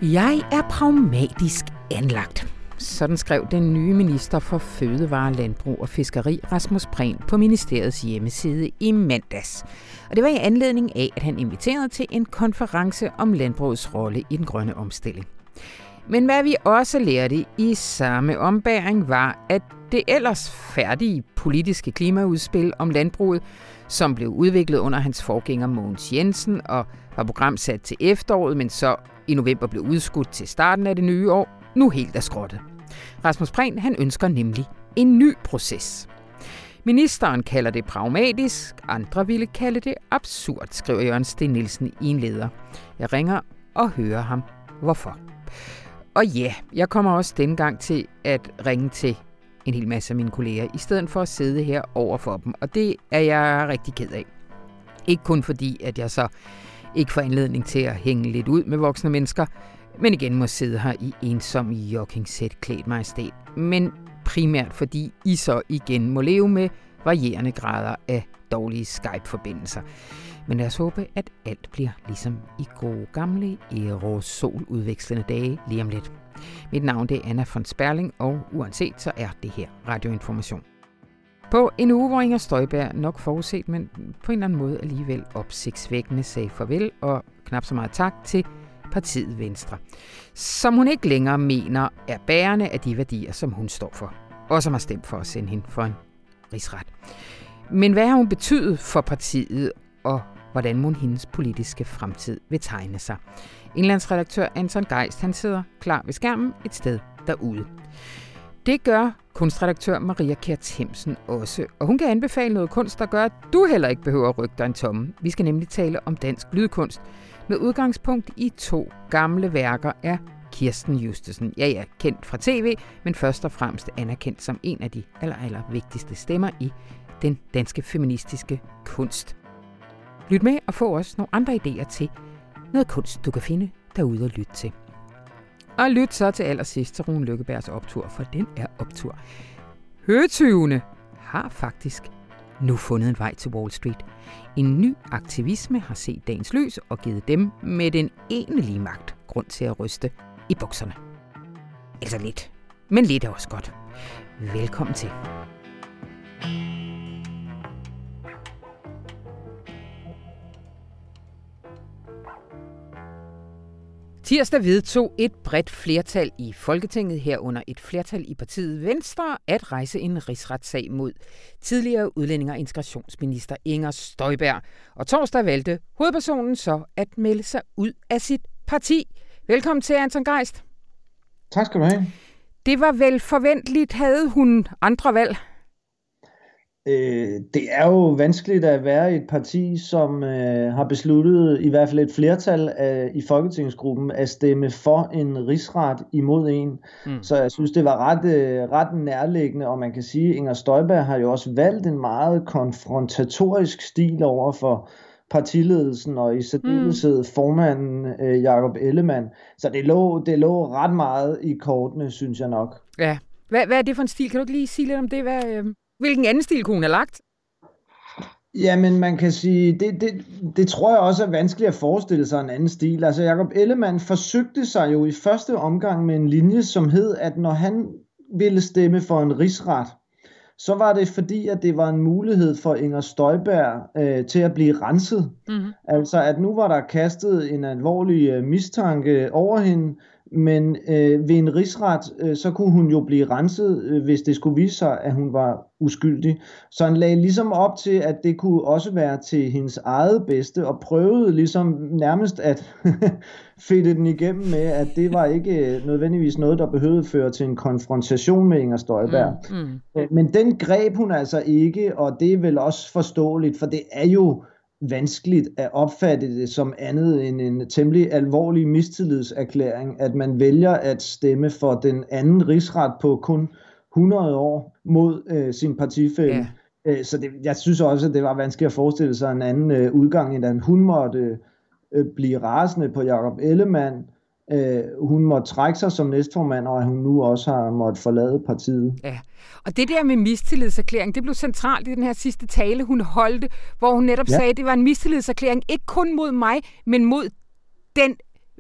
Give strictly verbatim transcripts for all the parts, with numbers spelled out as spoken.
Jeg er pragmatisk anlagt. Sådan skrev den nye minister for Fødevare, Landbrug og Fiskeri, Rasmus Prehn, på ministeriets hjemmeside i mandags. Og det var i anledning af, at han inviterede til en konference om landbrugets rolle i den grønne omstilling. Men hvad vi også lærte i samme ombæring var, at det ellers færdige politiske klimaudspil om landbruget, som blev udviklet under hans forgænger Mogens Jensen og var programsat til efteråret, men så i november blev udskudt til starten af det nye år, nu helt er skrottet. Rasmus Prehn, han ønsker nemlig en ny proces. Ministeren kalder det pragmatisk, andre ville kalde det absurd, skriver Jørgen Steen Nielsen i en leder. Jeg ringer og hører ham, hvorfor. Og ja, jeg kommer også denne gang til at ringe til en hel masse af mine kolleger, i stedet for at sidde her over for dem. Og det er jeg rigtig ked af. Ikke kun fordi, at jeg så ikke får anledning til at hænge lidt ud med voksne mennesker, men igen må sidde her i ensom joggingsæt klædt majestæt. Men primært fordi I så igen må leve med varierende grader af dårlige Skype-forbindelser. Men lad os håbe, at alt bliver ligesom i gode gamle aerosol-udvekslende dage lige om lidt. Mit navn det er Anna von Sperling, og uanset så er det her Radioinformation. På en uge, hvor Inger Støjberg nok forudset, men på en eller anden måde alligevel opsigtsvækkende sagde farvel og knap så meget tak til partiet Venstre, som hun ikke længere mener er bærende af de værdier, som hun står for, og som har stemt for at sende hende for en rigsret. Men hvad har hun betydet for partiet, og hvordan må hendes politiske fremtid vil tegne sig? Indlandsredaktør Anton Geist, han sidder klar ved skærmen et sted derude. Det gør kunstredaktør Maria Kjær Themsen også, og hun kan anbefale noget kunst, der gør, at du heller ikke behøver at rykke dig en tomme. Vi skal nemlig tale om dansk lydkunst med udgangspunkt i to gamle værker af Kirsten Justesen. Ja, ja, kendt fra tv, men først og fremmest anerkendt som en af de aller, aller vigtigste stemmer i den danske feministiske kunst. Lyt med og få også nogle andre idéer til noget kunst, du kan finde derude og lytte til. Og lyt så til allersidst til Rune Lykkebergs optur, for den er optur. Høgetyvene har faktisk nu fundet en vej til Wall Street. En ny aktivisme har set dagens lys og givet dem med den egentlige magt grund til at ryste i bukserne. Altså lidt, men lidt er også godt. Velkommen til. Tirsdag vedtog et bredt flertal i Folketinget, herunder et flertal i partiet Venstre, at rejse en rigsretssag mod tidligere udlændinge- og integrationsminister Inger Støjberg. Og torsdag valgte hovedpersonen så at melde sig ud af sit parti. Velkommen til, Anton Geist. Tak skal du have. Det var vel forventeligt. Havde hun andre valg? Øh, det er jo vanskeligt at være i et parti, som øh, har besluttet, i hvert fald et flertal af, i Folketingsgruppen, at stemme for en rigsret imod en. Mm. Så jeg synes, det var ret, øh, ret nærliggende, og man kan sige, at Inger Støjberg har jo også valgt en meget konfrontatorisk stil over for partiledelsen, og i særdeleshed mm. formanden øh, Jakob Ellemann. Så det lå, det lå ret meget i kortene, synes jeg nok. Ja. Hvad, hvad er det for en stil? Kan du ikke lige sige lidt om det? Hvad, øh... Hvilken anden stil kunne hun have lagt? Jamen, man kan sige, det, det, det tror jeg også er vanskeligt at forestille sig en anden stil. Altså, Jakob Ellemann forsøgte sig jo i første omgang med en linje, som hed, at når han ville stemme for en rigsret, så var det fordi, at det var en mulighed for Inger Støjberg øh, til at blive renset. Mm-hmm. Altså, at nu var der kastet en alvorlig øh, mistanke over hende, men øh, ved en rigsret, øh, så kunne hun jo blive renset, øh, hvis det skulle vise sig, at hun var uskyldig. Så han lagde ligesom op til, at det kunne også være til hendes eget bedste, og prøvede ligesom nærmest at fedte den igennem med, at det var ikke nødvendigvis noget, der behøvede at føre til en konfrontation med Inger Støjberg. Mm, mm. Men den greb hun altså ikke, og det er vel også forståeligt, for det er jo vanskeligt at opfatte det som andet end en temmelig alvorlig mistillidserklæring, at man vælger at stemme for den anden rigsret på kun hundrede år mod øh, sin partifælle. Yeah. Så det, jeg synes også, at det var vanskeligt at forestille sig en anden øh, udgang, end at hun måtte øh, blive rasende på Jakob Ellemann. Øh, hun måtte trække sig som næstformand, og at hun nu også har måttet forlade partiet. Ja, og det der med mistillidserklæring, det blev centralt i den her sidste tale, hun holdte, hvor hun netop ja. sagde, at det var en mistillidserklæring, ikke kun mod mig, men mod den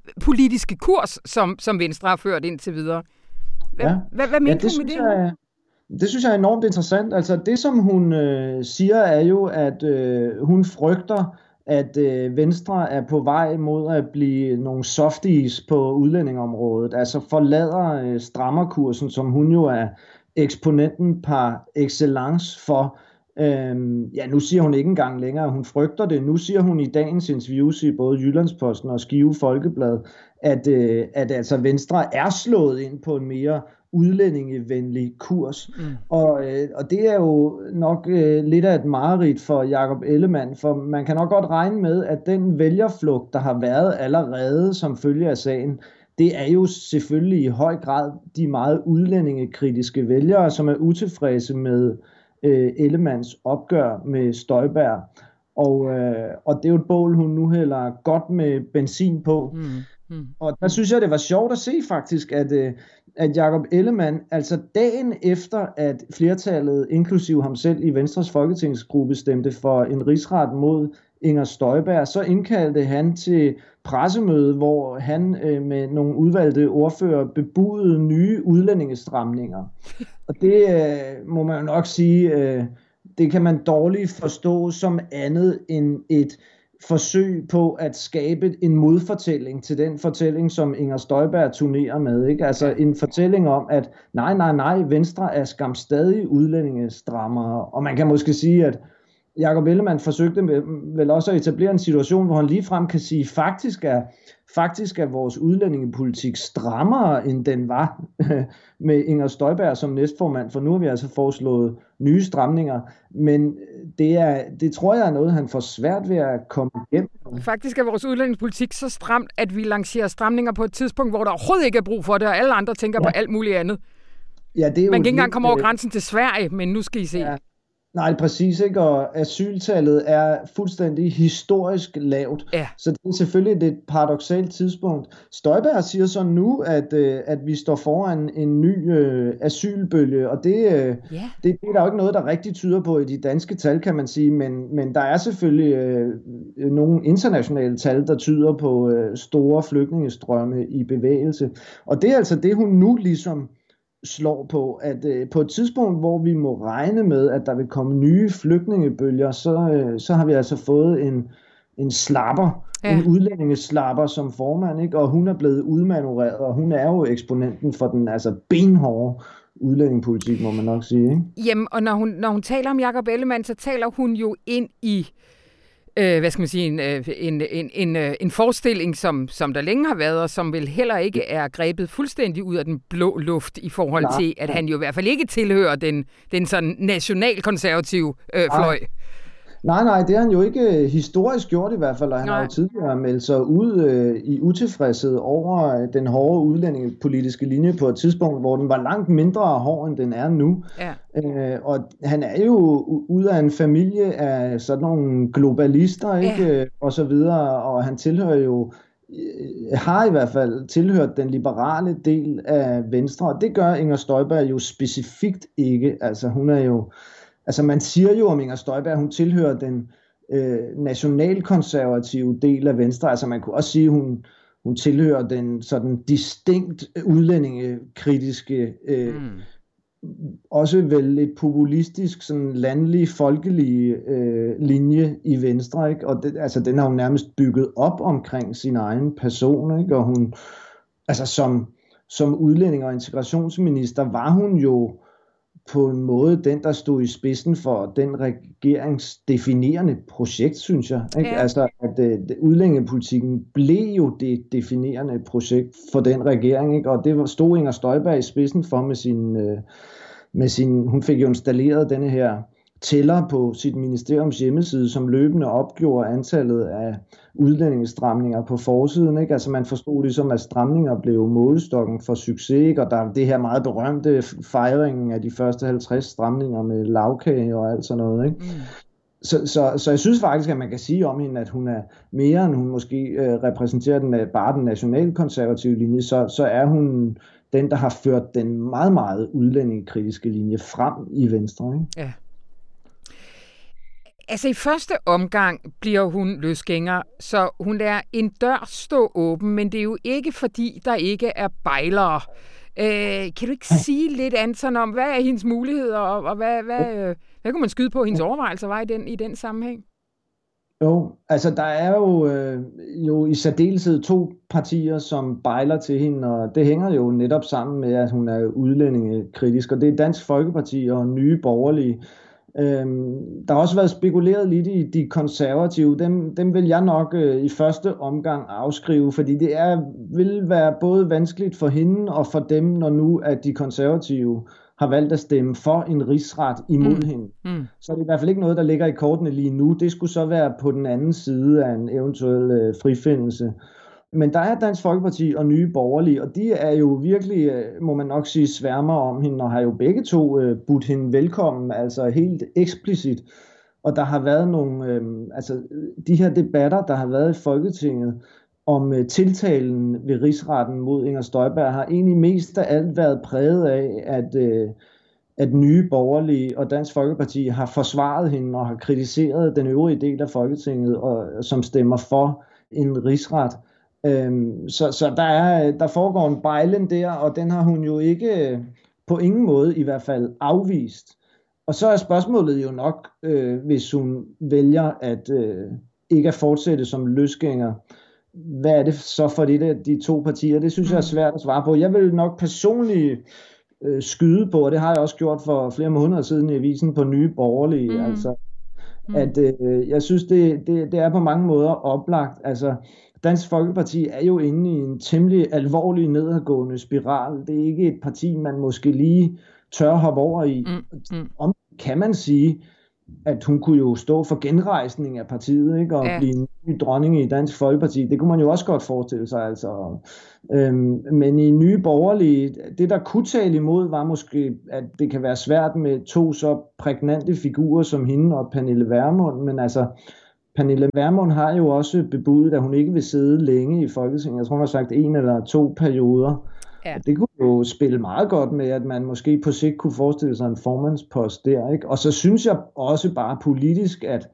politiske kurs, som, som Venstre har ført indtil videre. Hvad, ja. hvad, hvad mener ja, det du med det? Jeg, det synes jeg er enormt interessant. Altså det, som hun øh, siger, er jo, at øh, hun frygter, at øh, Venstre er på vej mod at blive nogle softies på udlændingområdet. Altså forlader øh, strammerkursen, som hun jo er eksponenten par excellence for. Øhm, ja, nu siger hun ikke engang længere, hun frygter det. Nu siger hun i dagens interviews i både Jyllandsposten og Skive Folkeblad, at, øh, at altså Venstre er slået ind på en mere udlændingevenlig kurs. Mm. Og, øh, og det er jo nok øh, lidt af et mareridt for Jakob Ellemann, for man kan nok godt regne med, at den vælgerflugt, der har været allerede som følge af sagen, det er jo selvfølgelig i høj grad de meget udlændingekritiske vælgere, som er utilfredse med øh, Ellemanns opgør med Støjberg. Og, øh, og det er jo et bål, hun nu hælder godt med benzin på. Mm. Mm. Og der synes jeg, det var sjovt at se faktisk, at, øh, at Jakob Ellemann, altså dagen efter, at flertallet, inklusive ham selv i Venstres folketingsgruppe, stemte for en rigsret mod Inger Støjberg, så indkaldte han til pressemøde, hvor han øh, med nogle udvalgte ordfører bebudede nye udlændingestramninger. Og det øh, må man jo nok sige, øh, det kan man dårligt forstå som andet end et forsøg på at skabe en modfortælling til den fortælling, som Inger Støjberg turnerer med. Ikke? Altså en fortælling om, at nej, nej, nej, Venstre er skam stadig udlændingestrammere. Og man kan måske sige, at Jakob Ellemann forsøgte vel også at etablere en situation, hvor han ligefrem kan sige, faktisk er, faktisk er vores udlændingepolitik strammere, end den var med Inger Støjberg som næstformand, for nu har vi altså foreslået nye stramninger, men det, er, det tror jeg er noget, han får svært ved at komme igennem. Faktisk er vores udlændingepolitik så stramt, at vi lancerer stramninger på et tidspunkt, hvor der overhovedet ikke er brug for det, og alle andre tænker ja. på alt muligt andet. Ja, det er Man jo kan ikke engang komme over øh, grænsen til Sverige, men nu skal I se. Ja. Nej, præcis ikke, og asyltallet er fuldstændig historisk lavt, ja. Så det er selvfølgelig et paradoksalt tidspunkt. Støjberg siger så nu, at, at vi står foran en ny øh, asylbølge, og det, øh, yeah. det, det er der jo ikke noget, der rigtig tyder på i de danske tal, kan man sige, men, men der er selvfølgelig øh, nogle internationale tal, der tyder på øh, store flygtningestrømme i bevægelse, og det er altså det, hun nu ligesom slår på, at øh, på et tidspunkt, hvor vi må regne med, at der vil komme nye flygtningebølger, så, øh, så har vi altså fået en, en slapper, ja. en udlændingeslapper som formand, ikke? Og hun er blevet udmanøvreret, og hun er jo eksponenten for den altså benhårde udlændingepolitik, må man nok sige. Ikke? Jamen, og når hun, når hun taler om Jakob Ellemann, så taler hun jo ind i Øh, hvad skal man sige, en, en, en, en, en forestilling, som, som der længe har været, og som vel heller ikke er grebet fuldstændig ud af den blå luft i forhold Nej. til, at han jo i hvert fald ikke tilhører den, den sådan nationalkonservative øh, fløj. Nej, nej, det har han jo ikke historisk gjort i hvert fald, og han nej. har jo tidligere meldt sig ud øh, i utilfredshed over den hårde udlændingepolitiske linje på et tidspunkt, hvor den var langt mindre hård, end den er nu. Ja. Øh, og han er jo ud af en familie af sådan nogle globalister, ikke? Ja. Og så videre, og han tilhører jo har i hvert fald tilhørt den liberale del af Venstre, og det gør Inger Støjberg jo specifikt ikke. Altså hun er jo Altså man siger jo om Inger Støjberg, hun tilhører den øh, nationalkonservative del af Venstre. Altså man kunne også sige, hun hun tilhører den sådan distinkt udlændingekritiske, øh, mm. også vel lidt populistisk, sådan landlig, folkelige øh, linje i Venstre, ikke? Og det, altså den har hun nærmest bygget op omkring sin egen person, ikke? Og hun, altså som som udlænding- og integrationsminister var hun jo på en måde den, der stod i spidsen for den regeringsdefinerende projekt, synes jeg. Ikke? Ja. Altså, at uh, udlændingepolitikken blev jo det definerende projekt for den regering, ikke? Og det stod Inger Støjberg i spidsen for med sin, uh, med sin, hun fik jo installeret denne her tæller på sit ministeriums hjemmeside, som løbende opgjorde antallet af udlændingestramninger på forsiden, ikke? Altså man forstod ligesom, at stramninger blev målestokken for succes, ikke? Og der er det her meget berømte fejringen af de første halvtreds stramninger med lagkage og alt sådan noget, ikke? Mm. Så, så, så jeg synes faktisk, at man kan sige om hende, at hun er mere end hun måske øh, repræsenterer den, bare den nationalkonservative linje, så, så er hun den, der har ført den meget, meget udlændingekritiske linje frem i Venstre, ikke? Ja. Altså i første omgang bliver hun løsgænger, så hun lader en dør stå åben, men det er jo ikke fordi, der ikke er bejlere. Øh, kan du ikke sige lidt, Anton, om hvad er hendes muligheder, og, og hvad, hvad, øh, hvad kunne man skyde på, hendes overvejelser var i den, i den sammenhæng? Jo, altså der er jo, øh, jo i særdeleshed to partier, som bejler til hende, og det hænger jo netop sammen med, at hun er udlændingekritisk, og det er Dansk Folkeparti og Nye Borgerlige. Øhm, der har også været spekuleret lidt i de konservative. Dem, dem vil jeg nok øh, i første omgang afskrive, fordi det er, vil være både vanskeligt for hende og for dem, når nu at de konservative har valgt at stemme for en rigsret imod mm. hende. Mm. Så er det i hvert fald ikke noget, der ligger i kortene lige nu. Det skulle så være på den anden side af en eventuel øh, frifindelse. Men der er Dansk Folkeparti og Nye Borgerlige, og de er jo virkelig, må man nok sige, sværmer om hende, og har jo begge to øh, budt hende velkommen, altså helt eksplicit. Og der har været nogle, øh, altså de her debatter, der har været i Folketinget om øh, tiltalen ved rigsretten mod Inger Støjberg, har egentlig mest af alt været præget af, at, øh, at Nye Borgerlige og Dansk Folkeparti har forsvaret hende og har kritiseret den øvrige del af Folketinget, og, som stemmer for en rigsret. Øhm, så så der, er, der foregår en bejlen der, og den har hun jo ikke på ingen måde i hvert fald afvist. Og så er spørgsmålet jo nok, øh, hvis hun vælger at øh, ikke at fortsætte som løsgænger, hvad er det så for det af de to partier? Det synes jeg er svært at svare på. Jeg vil nok personligt øh, skyde på, og det har jeg også gjort for flere måneder siden i avisen, på Nye Borgerlige. Mm. Altså, mm. at øh, jeg synes, det, det, det er på mange måder oplagt. Altså, Dansk Folkeparti er jo inde i en temmelig alvorlig nedadgående spiral. Det er ikke et parti, man måske lige tør hoppe over i. Mm, mm. Om kan man sige, at hun kunne jo stå for genrejsning af partiet, ikke? Og ja. blive en ny dronning i Dansk Folkeparti. Det kunne man jo også godt forestille sig. Altså. Øhm, men i Nye Borgerlige, det der kunne tale imod, var måske, at det kan være svært med to så prægnante figurer som hende og Pernille Vermund, men altså Pernille Vermund har jo også bebudet, at hun ikke vil sidde længe i Folketinget. Jeg tror, hun har sagt en eller to perioder. Ja. Det kunne jo spille meget godt med, at man måske på sigt kunne forestille sig en formandspost der, ikke? Og så synes jeg også bare politisk, at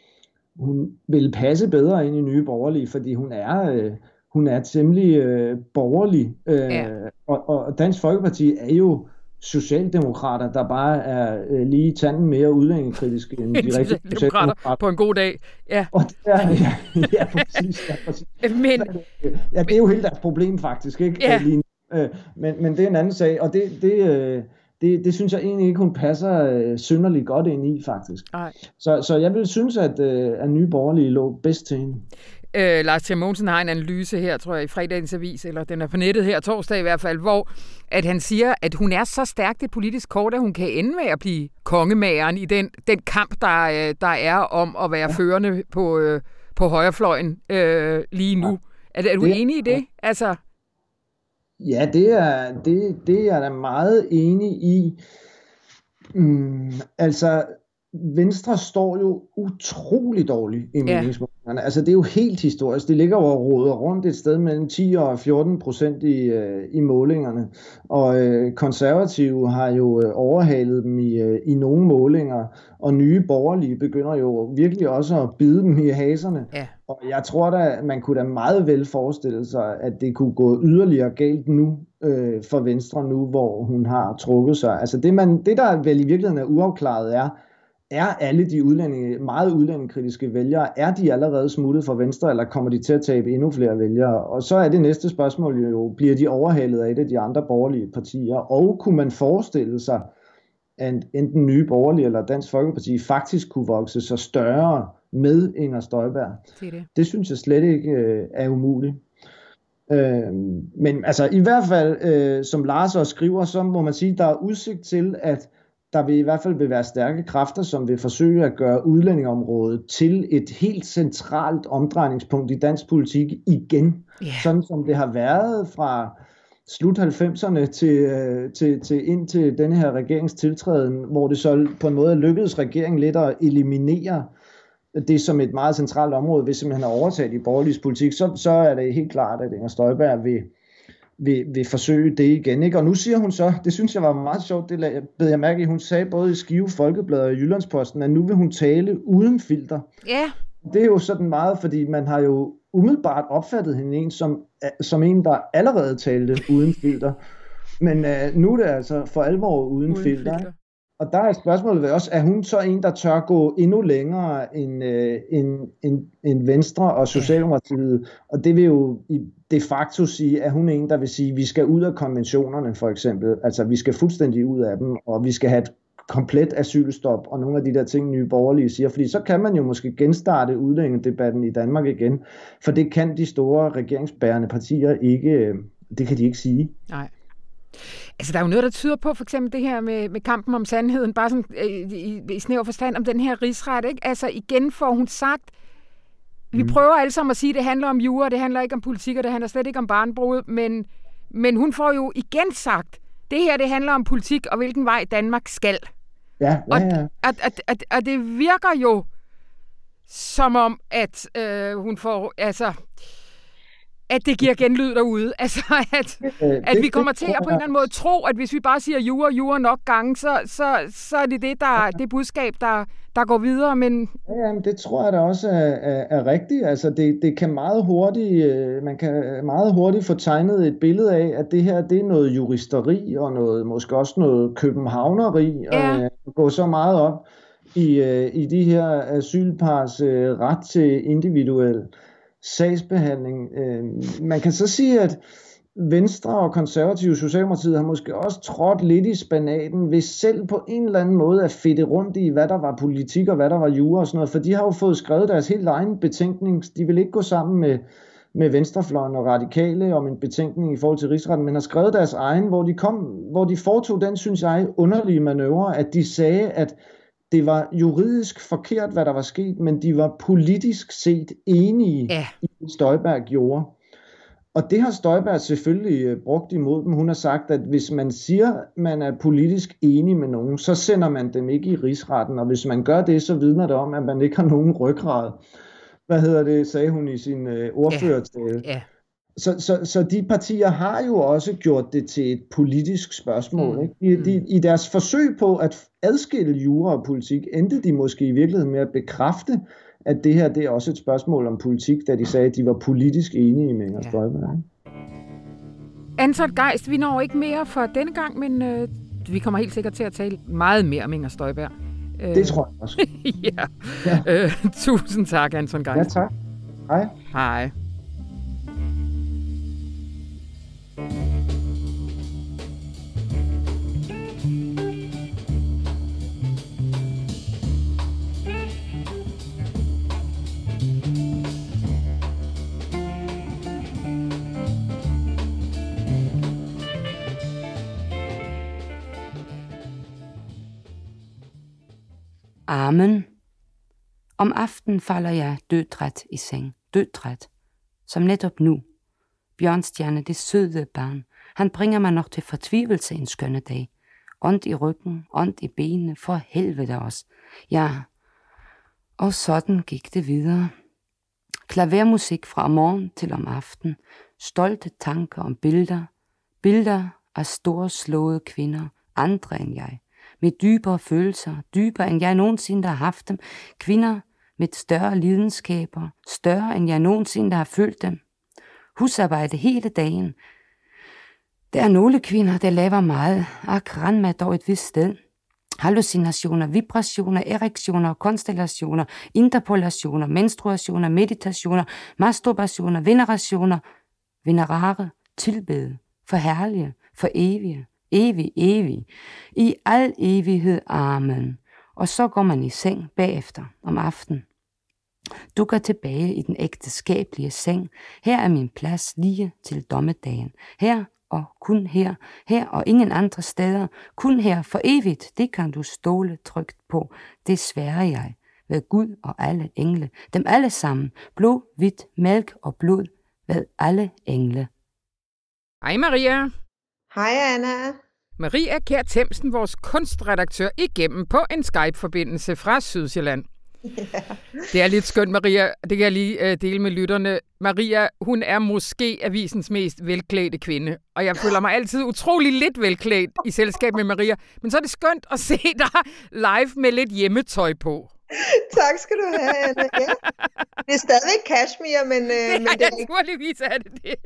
hun vil passe bedre ind i Nye Borgerlige, fordi hun er, øh, hun er temmelig øh, borgerlig. Øh, ja. og, og Dansk Folkeparti er jo socialdemokrater, der bare er øh, lige tanden mere udlændingekritiske end de rigtige socialdemokrater. På en god dag, ja. Og det er, ja, ja, præcis. Ja, præcis. Men, ja, det er jo hele deres problem faktisk, ikke? Ja. Lige, øh, men, men det er en anden sag, og det, det, øh, det, det synes jeg egentlig ikke, hun passer øh, synderligt godt ind i, faktisk. Så, så jeg vil synes, at, øh, at Nye Borgerlige lå bedst til hende. Øh, Lars Thier Mogensen har en analyse her, tror jeg, i fredagens avis, eller den er på nettet her, torsdag i hvert fald, hvor at han siger, at hun er så stærkt et politisk kort, at hun kan ende med at blive kongemageren i den, den kamp, der, der er om at være ja. førende på, øh, på højrefløjen øh, lige nu. Ja. Er, er du det, enig i det? Altså... Ja, det er, det, det er jeg da meget enig i. Mm, altså... Venstre står jo utrolig dårligt i meningsmålingerne. Ja. Altså det er jo helt historisk. Det ligger jo og roder rundt et sted mellem ti og fjorten procent i, øh, i målingerne. Og øh, konservative har jo øh, overhalet dem i, øh, i nogle målinger. Og Nye Borgerlige begynder jo virkelig også at bide dem i haserne. Ja. Og jeg tror da, man kunne da meget vel forestille sig, at det kunne gå yderligere galt nu øh, for Venstre nu, hvor hun har trukket sig. Altså det, man, det der vel i virkeligheden er uafklaret er, er alle de udlændinge, meget udlændingekritiske vælgere, er de allerede smuttet fra Venstre, eller kommer de til at tabe endnu flere vælgere? Og så er det næste spørgsmål jo, bliver de overhalet af et af de andre borgerlige partier? Og kunne man forestille sig, at enten Nye Borgerlige eller Dansk Folkeparti faktisk kunne vokse så større med Inger Støjberg? Det, det. det synes jeg slet ikke øh, er umuligt. Øh, men altså i hvert fald, øh, som Lars også skriver, så må man sige, at der er udsigt til, at der vil i hvert fald vil være stærke kræfter, som vil forsøge at gøre udlændingeområdet til et helt centralt omdrejningspunkt i dansk politik igen. Yeah. Sådan som det har været fra slut halvfemserne til, til, til ind til denne her regeringstiltræden, hvor det så på en måde lykkedes regeringen lidt at eliminere det som et meget centralt område, hvis man har overtaget i borgerlig politik, så, så er det helt klart, at Inger Støjberg vil vil, vil forsøge det igen. Ikke? Og nu siger hun så, det synes jeg var meget sjovt, det bed jeg mærke i, hun sagde både i Skive Folkeblad og i Jyllandsposten, at nu vil hun tale uden filter. Ja. Det er jo sådan meget, fordi man har jo umiddelbart opfattet hende en som, som en, der allerede talte uden filter. Men uh, nu er det altså for alvor uden, uden filter. filter. Og der er spørgsmålet også, er hun så en, der tør gå endnu længere end, øh, end, end, end Venstre og Socialdemokratiet? Og det vil jo de facto sige, at hun er en, der vil sige, at vi skal ud af konventionerne for eksempel. Altså vi skal fuldstændig ud af dem, og vi skal have et komplet asylstop og nogle af de der ting, Nye Borgerlige siger. Fordi så kan man jo måske genstarte udlændingedebatten i Danmark igen. For det kan de store regeringsbærende partier ikke, det kan de ikke sige. Nej. Altså, der er jo noget, der tyder på, for eksempel det her med, med kampen om sandheden, bare sådan øh, i, i snæver forstand om den her rigsret, ikke? Altså, igen får hun sagt, vi mm. prøver alle sammen at sige, at det handler om jura, det handler ikke om politik, og det handler slet ikke om barnebrud, men, men hun får jo igen sagt, det her, det handler om politik, og hvilken vej Danmark skal. Ja, ja, og, ja. Og, og, og, og det virker jo som om, at øh, hun får, altså... at det giver genlyd derude. Altså, at, øh, det, at vi kommer det, til at på en eller anden måde tro, at hvis vi bare siger jura, jura nok gange, så, så, så er det det, der, det budskab, der, der går videre. Men... Ja, det tror jeg da også er, er, er rigtigt. Altså, det, det kan meget hurtigt, man kan meget hurtigt få tegnet et billede af, at det her, det er noget juristeri, og noget, måske også noget københavneri, ja. Og gå så meget op i, i de her asylpars ret til individuel sagsbehandling. Man kan så sige, at Venstre og Konservative Socialdemokratiet har måske også trådt lidt i spanaten ved selv på en eller anden måde at fedte rundt i, hvad der var politik og hvad der var jura og sådan noget, for de har jo fået skrevet deres helt egen betænkning. De vil ikke gå sammen med, med venstrefløjen og radikale om en betænkning i forhold til rigsretten, men har skrevet deres egen, hvor de, kom, hvor de foretog den, synes jeg, underlige manøvre, at de sagde, at det var juridisk forkert, hvad der var sket, men de var politisk set enige ja. i, hvad Støjberg gjorde. Og det har Støjberg selvfølgelig brugt imod dem. Hun har sagt, at hvis man siger, at man er politisk enig med nogen, så sender man dem ikke i rigsretten. Og hvis man gør det, så vidner det om, at man ikke har nogen ryggrad. Hvad hedder det, sagde hun i sin øh, ordførertale. Ja. Ja. Så, så, så de partier har jo også gjort det til et politisk spørgsmål. Mm. Ikke? De, de, I deres forsøg på at adskille jura og politik, endte de måske i virkeligheden med at bekræfte, at det her det er også et spørgsmål om politik, da de sagde, at de var politisk enige med Inger Støjberg. Ja. Anton Geist, vi når ikke mere for denne gang, men øh, vi kommer helt sikkert til at tale meget mere om Inger Støjberg. Øh, det tror jeg også. ja. ja. Øh, tusind tak, Anton Geist. Ja, tak. Hej. Hej. Amen. Om aftenen falder jeg dødtræt i seng. Dødtræt. Som netop nu. Bjørnstjerne, det søde barn. Han bringer mig nok til fortvivlelse en skønne dag. Ondt i ryggen, ondt i benene, for helvede også. Ja, og sådan gik det videre. Klavermusik fra morgen til om aften. Stolte tanker om billeder. Billeder af storslåede kvinder, andre end jeg. Med dybere følelser, dybere end jeg nogensinde har haft dem. Kvinder med større lidenskaber, større end jeg nogensinde har følt dem. Husarbejde hele dagen. Der er nogle kvinder, der laver meget. Ak, rend mig dog et vist sted. Hallucinationer, vibrationer, erektioner, konstellationer, interpolationer, menstruationer, meditationer, masturbationer, venerationer, venerare, tilbede, forherlige, for evige. Evig, evig, i al evighed, amen. Og så går man i seng bagefter om aftenen. Du går tilbage i den ægteskabelige seng. Her er min plads lige til dommedagen. Her og kun her, her og ingen andre steder. Kun her for evigt, det kan du stole trygt på. Det sværer jeg ved Gud og alle engle. Dem alle sammen, blod, hvidt, mælk og blod, ved alle engle. Hej Maria. Hej Anna. Maria Kjær Themsen, vores kunstredaktør, igennem på en Skype-forbindelse fra Sydsjælland. Ja. Det er lidt skønt, Maria. Det kan jeg lige uh, dele med lytterne. Maria, hun er måske avisens mest velklædte kvinde, og jeg føler mig altid utrolig lidt velklædt i selskab med Maria. Men så er det skønt at se dig live med lidt hjemmetøj på. Tak skal du have, Anne. Ja. Det er stadigvæk cashmere, men... Øh, det men er det er naturligvis er det det.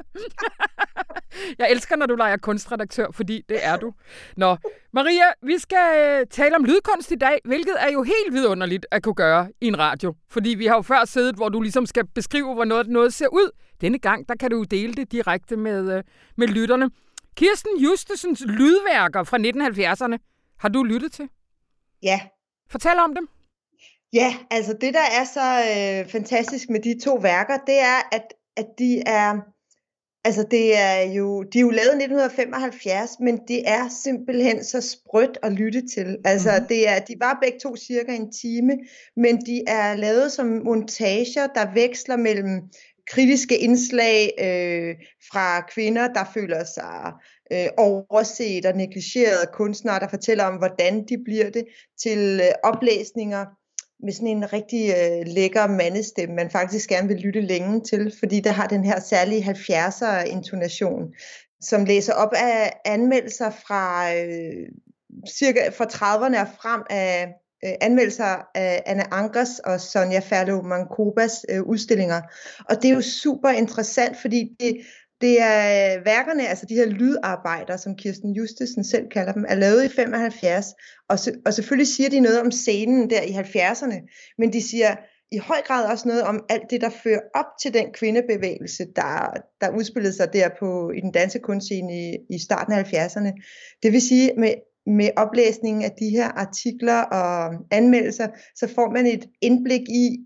Jeg elsker, når du leger kunstredaktør, fordi det er du. Nå, Maria, vi skal tale om lydkunst i dag, hvilket er jo helt vidunderligt at kunne gøre i en radio. Fordi vi har jo før siddet, hvor du ligesom skal beskrive, hvor noget, noget ser ud. Denne gang, der kan du dele det direkte med, med lytterne. Kirsten Justesens lydværker fra nitten halvfjerdserne har du lyttet til? Ja. Fortæl om dem. Ja, altså det, der er så øh, fantastisk med de to værker, det er, at, at de er... Altså det er jo, de er jo lavet nitten femoghalvfjerds, men det er simpelthen så sprødt at lytte til. Altså mm-hmm. det er, de var begge to cirka en time, men de er lavet som montager, der veksler mellem kritiske indslag øh, fra kvinder, der føler sig øh, overset og negligeret, kunstnere, der fortæller om, hvordan de bliver det, til øh, oplæsninger med sådan en rigtig øh, lækker mandestemme, man faktisk gerne vil lytte længe til, fordi der har den her særlige halvfjerdser-intonation, som læser op af anmeldelser fra øh, cirka fra trediverne og frem af øh, anmeldelser af Anna Ankers og Sonja Ferlo-Mankobas øh, udstillinger. Og det er jo super interessant, fordi det Det er værkerne, altså de her lydarbejder, som Kirsten Justesen selv kalder dem, er lavet i femoghalvfjerds, og, se, og selvfølgelig siger de noget om scenen der i halvfjerdserne, men de siger i høj grad også noget om alt det, der fører op til den kvindebevægelse, der, der udspillede sig der på, i den danske kunstscene i, i starten af halvfjerdserne. Det vil sige, med, med oplæsningen af de her artikler og anmeldelser, så får man et indblik i,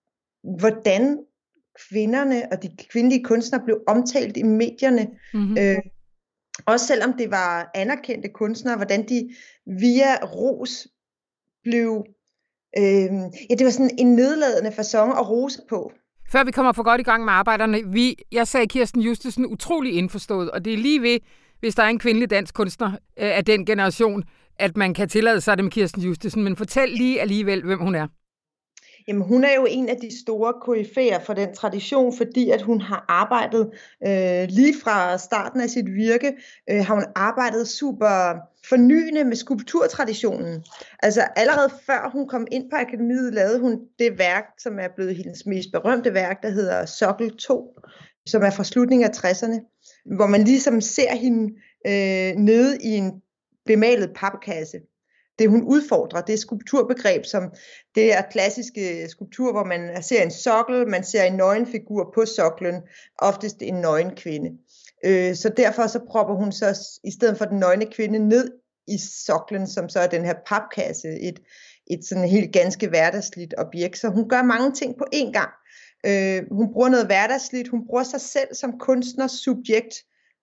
hvordan kvinderne og de kvindelige kunstnere blev omtalt i medierne. Mm-hmm. Øh, også selvom det var anerkendte kunstnere, hvordan de via ros blev... Øh, ja, det var sådan en nedladende facon at rose på. Før vi kommer for godt i gang med arbejderne, vi, jeg sagde Kirsten Justesen utrolig indforstået, og det er lige ved, hvis der er en kvindelig dansk kunstner øh, af den generation, at man kan tillade sig det med Kirsten Justesen, men fortæl lige alligevel, hvem hun er. Jamen, hun er jo en af de store koryfæer for den tradition, fordi at hun har arbejdet øh, lige fra starten af sit virke, øh, har hun arbejdet super fornyende med skulpturtraditionen. Altså allerede før hun kom ind på akademiet, lavede hun det værk, som er blevet hendes mest berømte værk, der hedder Sokkel to, som er fra slutningen af tresserne, hvor man ligesom ser hende øh, nede i en bemalet papkasse. Det hun udfordrer, det er skulpturbegreb, som det er klassiske skulptur, hvor man ser en sokkel, man ser en nøgen figur på soklen, oftest en nøgen kvinde. Øh, så derfor så propper hun så i stedet for den nøgne kvinde ned i soklen, som så er den her papkasse, et, et sådan helt ganske hverdagsligt objekt. Så hun gør mange ting på én gang. Øh, hun bruger noget hverdagsligt, hun bruger sig selv som kunstners subjekt,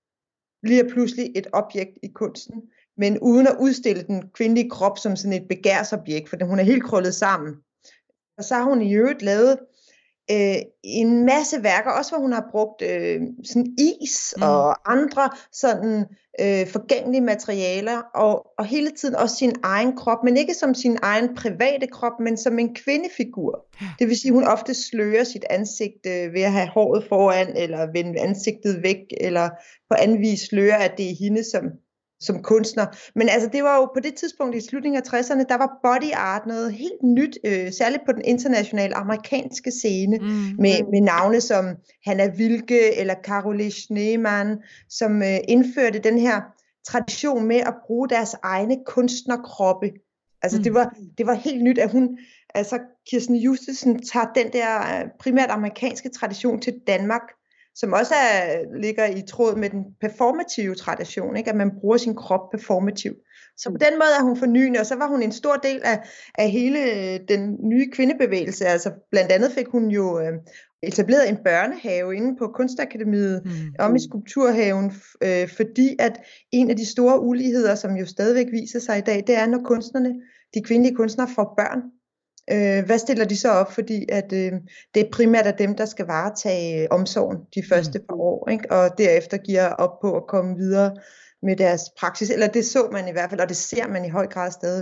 bliver pludselig et objekt i kunsten, men uden at udstille den kvindelige krop som sådan et begærsobjekt, for hun er helt krøllet sammen. Og så har hun i øvrigt lavet øh, en masse værker, også hvor hun har brugt øh, sådan is mm. og andre sådan øh, forgængelige materialer, og, og hele tiden også sin egen krop, men ikke som sin egen private krop, men som en kvindefigur. Det vil sige, at hun ofte slører sit ansigt øh, ved at have håret foran, eller vende ansigtet væk, eller på anden vis slører, at det er hende som som kunstner. Men altså, det var jo på det tidspunkt i slutningen af tresserne, der var body art noget helt nyt, øh, særligt på den internationale amerikanske scene, mm. med, med navne som Hanna Wilke eller Caroline Schneemann, som øh, indførte den her tradition med at bruge deres egne kunstnerkroppe. Altså, mm. det var, det var helt nyt, at hun, altså Kirsten Justesen tager den der primært amerikanske tradition til Danmark, som også er, ligger i tråd med den performative tradition, ikke? At man bruger sin krop performativt. Så på den måde er hun fornyende, og så var hun en stor del af, af hele den nye kvindebevægelse. Altså blandt andet fik hun jo øh, etableret en børnehave inde på Kunstakademiet, mm. om i Skulpturhaven, øh, fordi at en af de store uligheder, som jo stadigvæk viser sig i dag, det er, når kunstnerne, de kvindelige kunstnere får børn. Øh, hvad stiller de så op? Fordi at øh, det er primært af dem, der skal varetage øh, omsorgen de første par år, ikke? Og derefter giver op på at komme videre med deres praksis. Eller det så man i hvert fald, og det ser man i høj grad stadigvæk.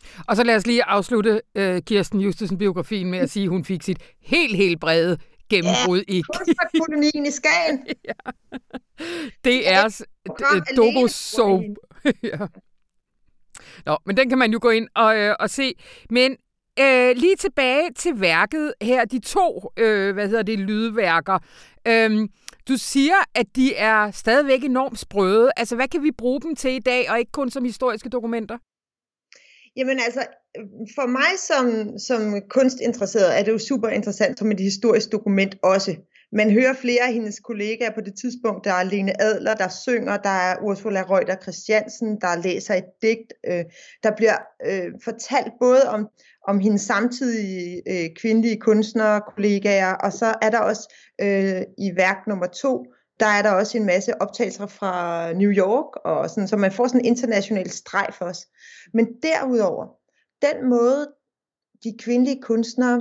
Og så lad os lige afslutte uh, Kirsten Justesen-biografien med at sige, at hun fik sit helt, helt brede gennembrud ja, i... Kunstnerkolonien i Skagen. ja. Det er doku-soap. ja. Nå, men den kan man jo gå ind og, øh, og se. Men øh, lige tilbage til værket her, de to, øh, hvad hedder det, lydværker. Øhm, du siger, at de er stadigvæk enormt sprøde. Altså, hvad kan vi bruge dem til i dag, og ikke kun som historiske dokumenter? Jamen altså, for mig som, som kunstinteresseret er det jo super interessant som et historisk dokument også. Man hører flere af hendes kollegaer på det tidspunkt. Der er Lene Adler, der synger, der er Ursula Reuter Christiansen, der læser et digt. Øh, der bliver øh, fortalt både om, om hendes samtidige øh, kvindelige kunstnere, kollegaer, og så er der også øh, i værk nummer to, der er der også en masse optagelser fra New York, og sådan, så man får sådan en international streg for os. Men derudover, den måde, de kvindelige kunstnere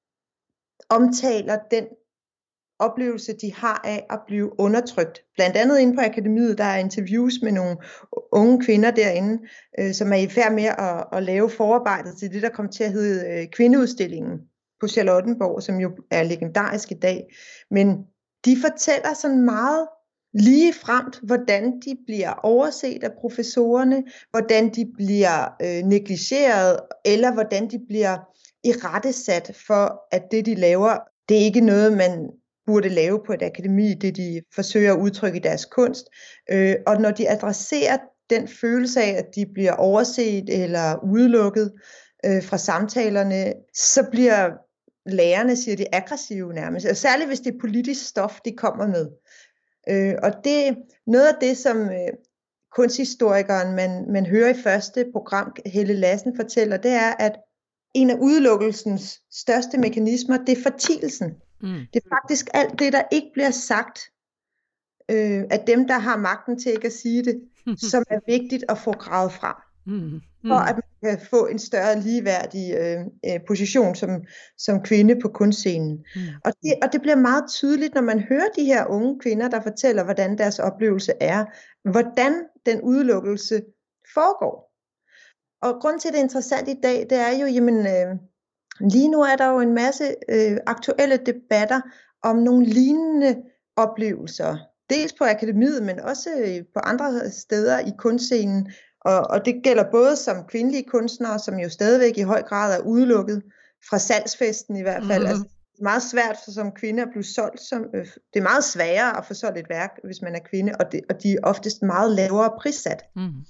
omtaler den oplevelse, de har af at blive undertrykt. Blandt andet inde på akademiet, der er interviews med nogle unge kvinder derinde, øh, som er i færd med at, at lave forarbejdet til det, der kommer til at hedde øh, kvindeudstillingen på Charlottenborg, som jo er legendarisk i dag. Men de fortæller sådan meget lige fremt, hvordan de bliver overset af professorerne, hvordan de bliver øh, negligeret, eller hvordan de bliver irettesat for, at det de laver, det er ikke noget, man burde lave på et akademi, det de forsøger at udtrykke i deres kunst. Øh, og når de adresserer den følelse af, at de bliver overset eller udelukket øh, fra samtalerne, så bliver lærerne, siger de, aggressive nærmest. Og særligt hvis det er politisk stof, de kommer med. Øh, og det noget af det, som øh, kunsthistorikeren, man, man hører i første program, Helle Lassen fortæller, det er, at en af udelukkelsens største mekanismer, det er fortielsen. Mm. Det er faktisk alt det, der ikke bliver sagt øh, af dem, der har magten til ikke at sige det, som er vigtigt at få gravet frem. Mm. Mm. For at man kan få en større ligeværdig øh, øh, position som, som kvinde på kunstscenen. Mm. Og, det, og det bliver meget tydeligt, når man hører de her unge kvinder, der fortæller, hvordan deres oplevelse er, hvordan den udelukkelse foregår. Og grund til, det er interessant i dag, det er jo, jamen, øh, lige nu er der jo en masse øh, aktuelle debatter om nogle lignende oplevelser. Dels på akademiet, men også øh, på andre steder i kunstscenen. Og, og det gælder både som kvindelige kunstnere, som jo stadigvæk i høj grad er udelukket fra salgsfesten i hvert fald. Mm-hmm. Altså, det er meget svært for som kvinde at blive solgt. Som, øh, det er meget sværere at få solgt et værk, hvis man er kvinde, og, det, og de er oftest meget lavere prissat. Mm-hmm.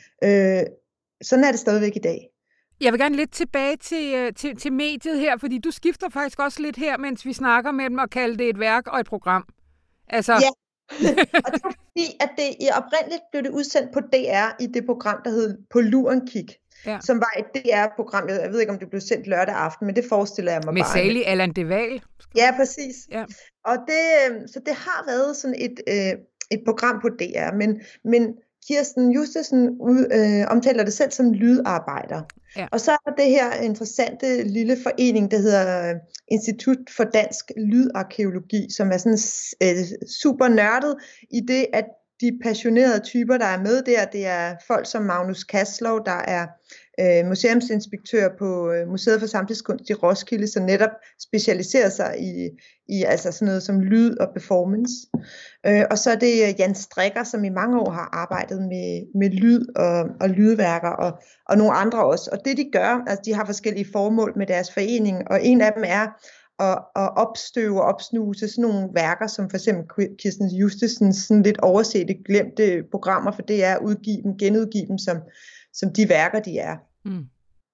Øh, sådan er det stadigvæk i dag. Jeg vil gerne lidt tilbage til, til, til mediet her, fordi du skifter faktisk også lidt her, mens vi snakker med dem og kalder det et værk og et program. Altså... Ja, og det er fordi, at det i oprindeligt blev det udsendt på D R i det program, der hed På Luren Kig, ja. Som var et D R-program. Jeg ved ikke, om det blev sendt lørdag aften, men det forestiller jeg mig med bare. Med Sally Allan Deval. Ja, præcis. Ja. Og det, så det har været sådan et, øh, et program på D R, men, men Kirsten Justesen ud, øh, omtaler det selv som lydarbejder. Ja. Og så er der det her interessante lille forening, der hedder Institut for Dansk Lydarkæologi, som er sådan øh, super nørdet i det, at de passionerede typer, der er med der, det er folk som Magnus Kaslow, der er øh, museumsinspektør på øh, Museet for Samtidskunst i Roskilde, som netop specialiserer sig i, i altså sådan noget som lyd og performance. Øh, og så er det Jan Strikker, som i mange år har arbejdet med, med lyd og, og lydværker, og, og nogle andre også. Og det de gør, altså de har forskellige formål med deres forening, og en af dem er at, at opstøve og opsnuse sådan nogle værker, som for eksempel Kirsten Justesens sådan lidt oversete, glemte programmer for D R, udgive dem, genudgive dem som, som de værker, de er. Mm.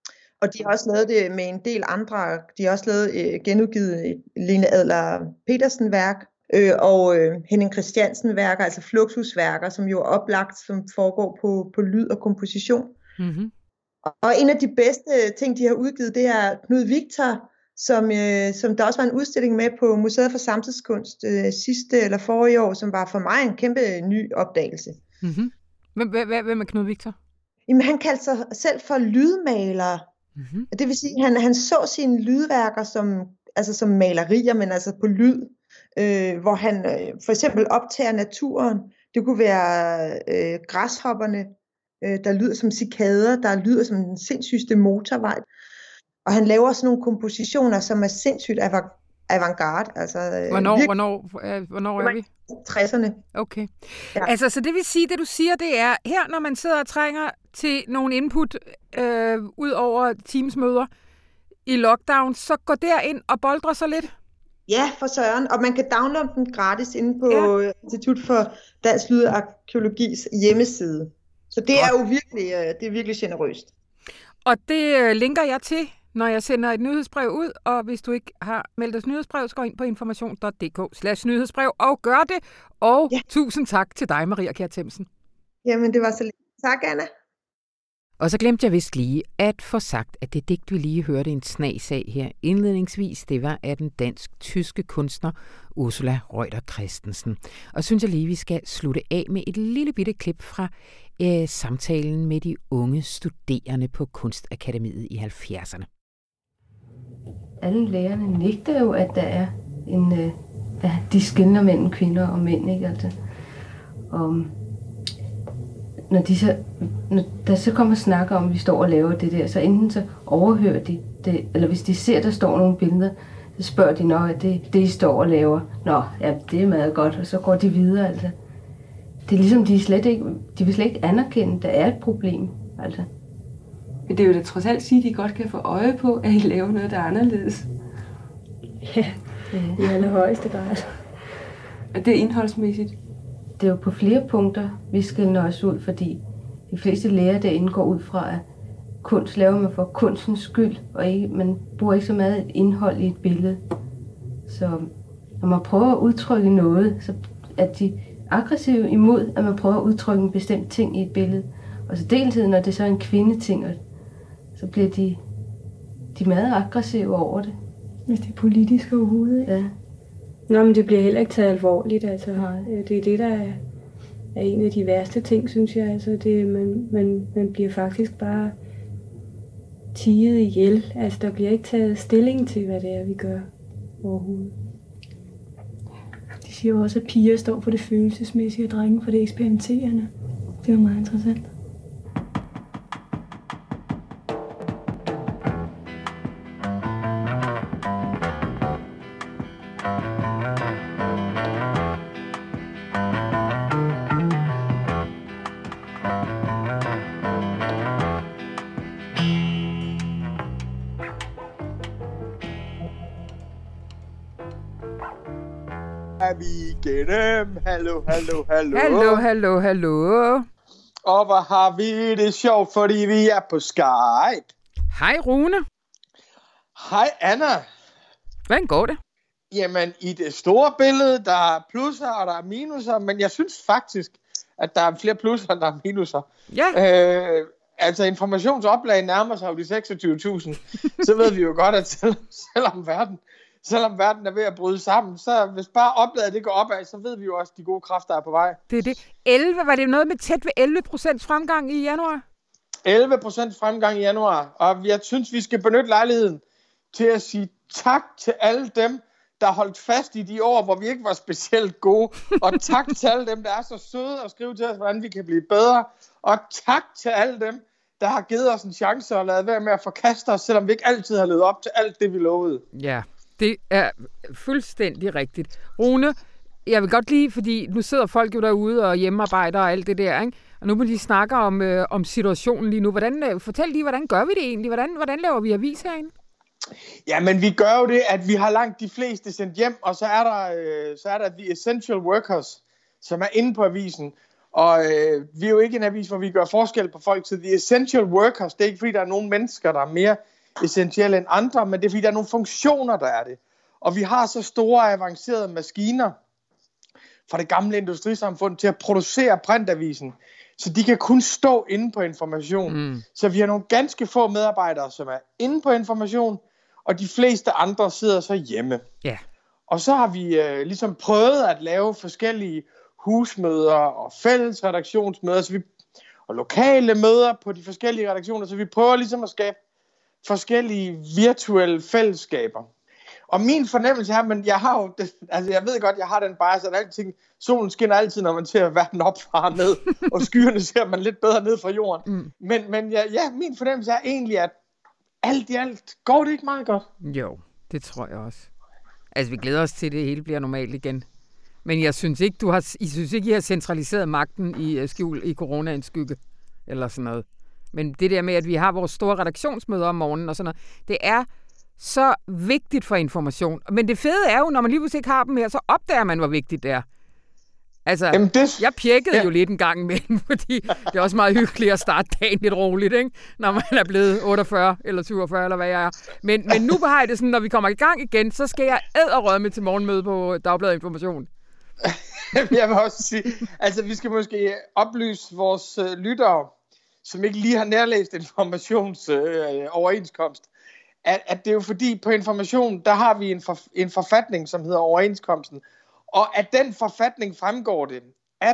Og de har også lavet det med en del andre, de har også lavet øh, genudgivet Lene Adler Petersen værk, øh, og øh, Henning Christiansen værker, altså Fluxusværker, som jo er oplagt, som foregår på, på lyd og komposition. Mm-hmm. Og, og en af de bedste ting, de har udgivet, det er Knud Victor, Som, øh, som der også var en udstilling med på Museet for Samtidskunst øh, sidste eller forrige år, som var for mig en kæmpe ny opdagelse. Mm-hmm. Hvem er Knud Victor? Jamen, han kaldte sig selv for lydmaler. Mm-hmm. Det vil sige, at han, han så sine lydværker som, altså som malerier, men altså på lyd, øh, hvor han øh, for eksempel optager naturen. Det kunne være øh, græshopperne, øh, der lyder som cikader, der lyder som den sindssygste motorvej. Og han laver sådan nogle kompositioner, som er sindssygt avant- avantgarde. Altså, øh, hvornår, virkelig, hvornår, øh, hvornår er vi? tresserne. Okay. Ja. Altså, så det vil sige, det du siger, det er, her når man sidder og trænger til nogle input øh, ud over Teams-møder i lockdown, så går derind og boldrer sig lidt? Ja, for søren. Og man kan downloade den gratis inde på ja. Institut for Dansk Lyd og Arkæologis hjemmeside. Så det er jo virkelig, det er virkelig generøst. Og det linker jeg til, når jeg sender et nyhedsbrev ud, og hvis du ikke har meldt os nyhedsbrev, så gå ind på information punktum d k slash nyhedsbrev og gør det. Og ja. Tusind tak til dig, Maria Kjær Themsen. Jamen, det var så lidt. Tak, Anna. Og så glemte jeg vist lige at få sagt, at det digt, vi lige hørte en snas af her indledningsvis, det var af den dansk-tyske kunstner Ursula Reuter Christensen. Og synes jeg lige, vi skal slutte af med et lille bitte klip fra øh, samtalen med de unge studerende på Kunstakademiet i halvfjerdserne. Alle lærerne nægter jo, at der er en, øh, at de skelner mellem kvinder og mænd, ikke altså. Og når de så, når der så kommer snakker om, at vi står og laver det der, så enten så overhører de det, eller hvis de ser, der står nogle billeder, så spørger de, nå, det det, I står og laver. Nå, ja, det er meget godt, og så går de videre, altså. Det er ligesom, de slet ikke, de vil slet ikke anerkende, at der er et problem, altså. Men det er jo da trods alt sige, at de godt kan få øje på, at I laver noget, der er anderledes. Ja, i allerhøjeste grad. Og det er indholdsmæssigt. Det er jo på flere punkter, vi skiller os ud, fordi de fleste lærere derinde går ud fra, at kunst laver man for kunstens skyld, og ikke, man bruger ikke så meget et indhold i et billede. Så når man prøver at udtrykke noget, så er de aggressive imod, at man prøver at udtrykke en bestemt ting i et billede. Og så deltid, når det så er en kvindeting, så bliver de, de meget aggressive over det. Hvis det er politisk overhovedet, ikke? Ja. Nå, men det bliver heller ikke taget alvorligt, altså. Det er det, der er, er en af de værste ting, synes jeg. Altså, det, man, man, man bliver faktisk bare tiget ihjel. Altså, der bliver ikke taget stilling til, hvad det er, vi gør overhovedet. De siger jo også, at piger står for det følelsesmæssige, og drenge for det eksperimenterende. Det er meget interessant. Er vi igennem? Hallo, hallo, hallo. Hallo, hallo, hallo. Og hvor har vi det sjovt, fordi vi er på Skype. Hej Rune. Hej Anna. Hvordan går det? Jamen, i det store billede, der er plusser og der er minuser, men jeg synes faktisk, at der er flere plusser, end der er minuser. Ja. Øh, altså, informationsoplag nærmer sig jo de seksogtyve tusind. Så ved vi jo godt, at selv, selvom verden... Selvom verden er ved at bryde sammen, så hvis bare opladet det går opad, så ved vi jo også, at de gode kræfter er på vej. Det er det. elleve, var det noget med tæt ved elleve procent fremgang i januar? elleve procent fremgang i januar, og jeg synes, vi skal benytte lejligheden til at sige tak til alle dem, der holdt fast i de år, hvor vi ikke var specielt gode. Og tak til alle dem, der er så søde og skrive til os, hvordan vi kan blive bedre. Og tak til alle dem, der har givet os en chance og lavet være med at forkaste os, selvom vi ikke altid har levet op til alt det, vi lovede. Ja. Det er fuldstændig rigtigt. Rune, jeg vil godt lide, fordi nu sidder folk jo derude og hjemmearbejder og alt det der, ikke? Og nu må de snakke om, øh, om situationen lige nu. Hvordan, øh, fortæl lige, hvordan gør vi det egentlig? Hvordan, hvordan laver vi avis herinde? Ja, men vi gør jo det, at vi har langt de fleste sendt hjem, og så er der, øh, så er der The Essential Workers, som er inde på avisen. Og øh, vi er jo ikke en avis, hvor vi gør forskel på folk til The Essential Workers. Det er ikke, fordi der er nogle mennesker, der er mere essentielle end andre, men det er fordi, der er nogle funktioner, der er det. Og vi har så store avancerede maskiner fra det gamle industrisamfund til at producere printavisen, så de kan kun stå inde på Information. Mm. Så vi har nogle ganske få medarbejdere, som er inde på Information, og de fleste andre sidder så hjemme. Yeah. Og så har vi øh, ligesom prøvet at lave forskellige husmøder og fælles redaktionsmøder, så vi, og lokale møder på de forskellige redaktioner, så vi prøver ligesom at skabe forskellige virtuelle fællesskaber. Og min fornemmelse her, men jeg har jo, det, altså jeg ved godt, jeg har den bias, at alting, solen skinner altid, når man ser verden opfra og ned, og skyerne ser man lidt bedre ned fra jorden. Mm. Men, men ja, ja, min fornemmelse er egentlig, at alt i alt går det ikke meget godt. Jo, det tror jeg også. Altså, vi glæder os til, at det hele bliver normalt igen. Men jeg synes ikke, du har, I synes ikke, I har centraliseret magten i uh, skjul i coronaens skygge, eller sådan noget. Men det der med, at vi har vores store redaktionsmøder om morgenen og sådan noget, det er så vigtigt for information. Men det fede er jo, når man lige pludselig ikke har dem her, så opdager man, hvor vigtigt det er. Altså, Jamen det... jeg pjekkede ja. jo lidt en gang imellem, fordi det er også meget hyggeligt at starte dagen lidt roligt, ikke? Når man er blevet otteogfyrre eller syvogfyrre, eller hvad jeg er. Men, men nu har jeg det sådan, når vi kommer i gang igen, så skal jeg æderrødme til morgenmøde på Dagbladet Information. Jeg vil også sige, altså vi skal måske oplyse vores øh, lyttere, som ikke lige har nærlæst informationsoverenskomst, øh, at, at det er jo fordi på Information, der har vi en, for, en forfatning, som hedder overenskomsten, og at den forfatning fremgår det, at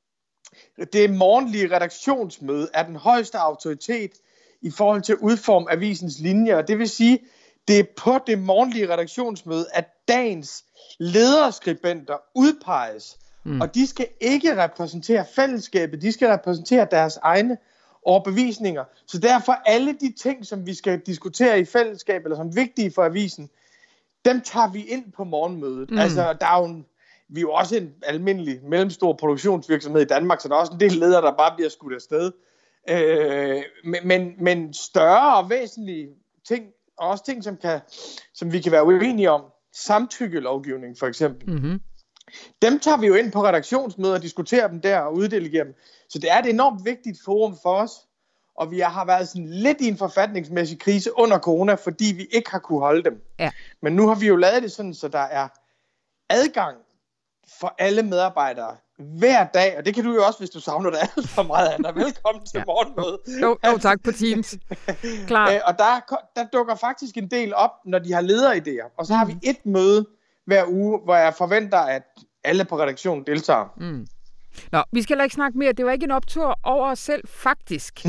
det morgenlige redaktionsmøde er den højeste autoritet i forhold til at udforme avisens linjer. Det vil sige, det er på det morgenlige redaktionsmøde, at dagens lederskribenter udpeges, mm. og de skal ikke repræsentere fællesskabet, de skal repræsentere deres egne overbevisninger. Så derfor alle de ting, som vi skal diskutere i fællesskab, eller som vigtige for avisen, dem tager vi ind på morgenmødet. Mm. Altså, der er jo en, vi er jo også en almindelig mellemstor produktionsvirksomhed i Danmark, så der er også en del ledere, der bare bliver skudt afsted. Øh, men, men, men større og væsentlige ting, og også ting, som, kan, som vi kan være uenige om, samtykkelovgivning for eksempel, mm-hmm. dem tager vi jo ind på redaktionsmøder og diskuterer dem der og uddelegerer dem. Så det er et enormt vigtigt forum for os, og vi har været sådan lidt i en forfatningsmæssig krise under corona, fordi vi ikke har kunne holde dem. Ja. Men nu har vi jo lavet det sådan, så der er adgang for alle medarbejdere hver dag, og det kan du jo også, hvis du savner det alt for meget, Anna. Velkommen til ja. morgenmødet. Jo, jo, tak på Teams. Klar. Æ, og der, der dukker faktisk en del op, når de har lederidéer, og så har vi et møde hver uge, hvor jeg forventer, at alle på redaktionen deltager. Mm. Nå, vi skal heller ikke snakke mere. Det var ikke en optur over os selv, faktisk.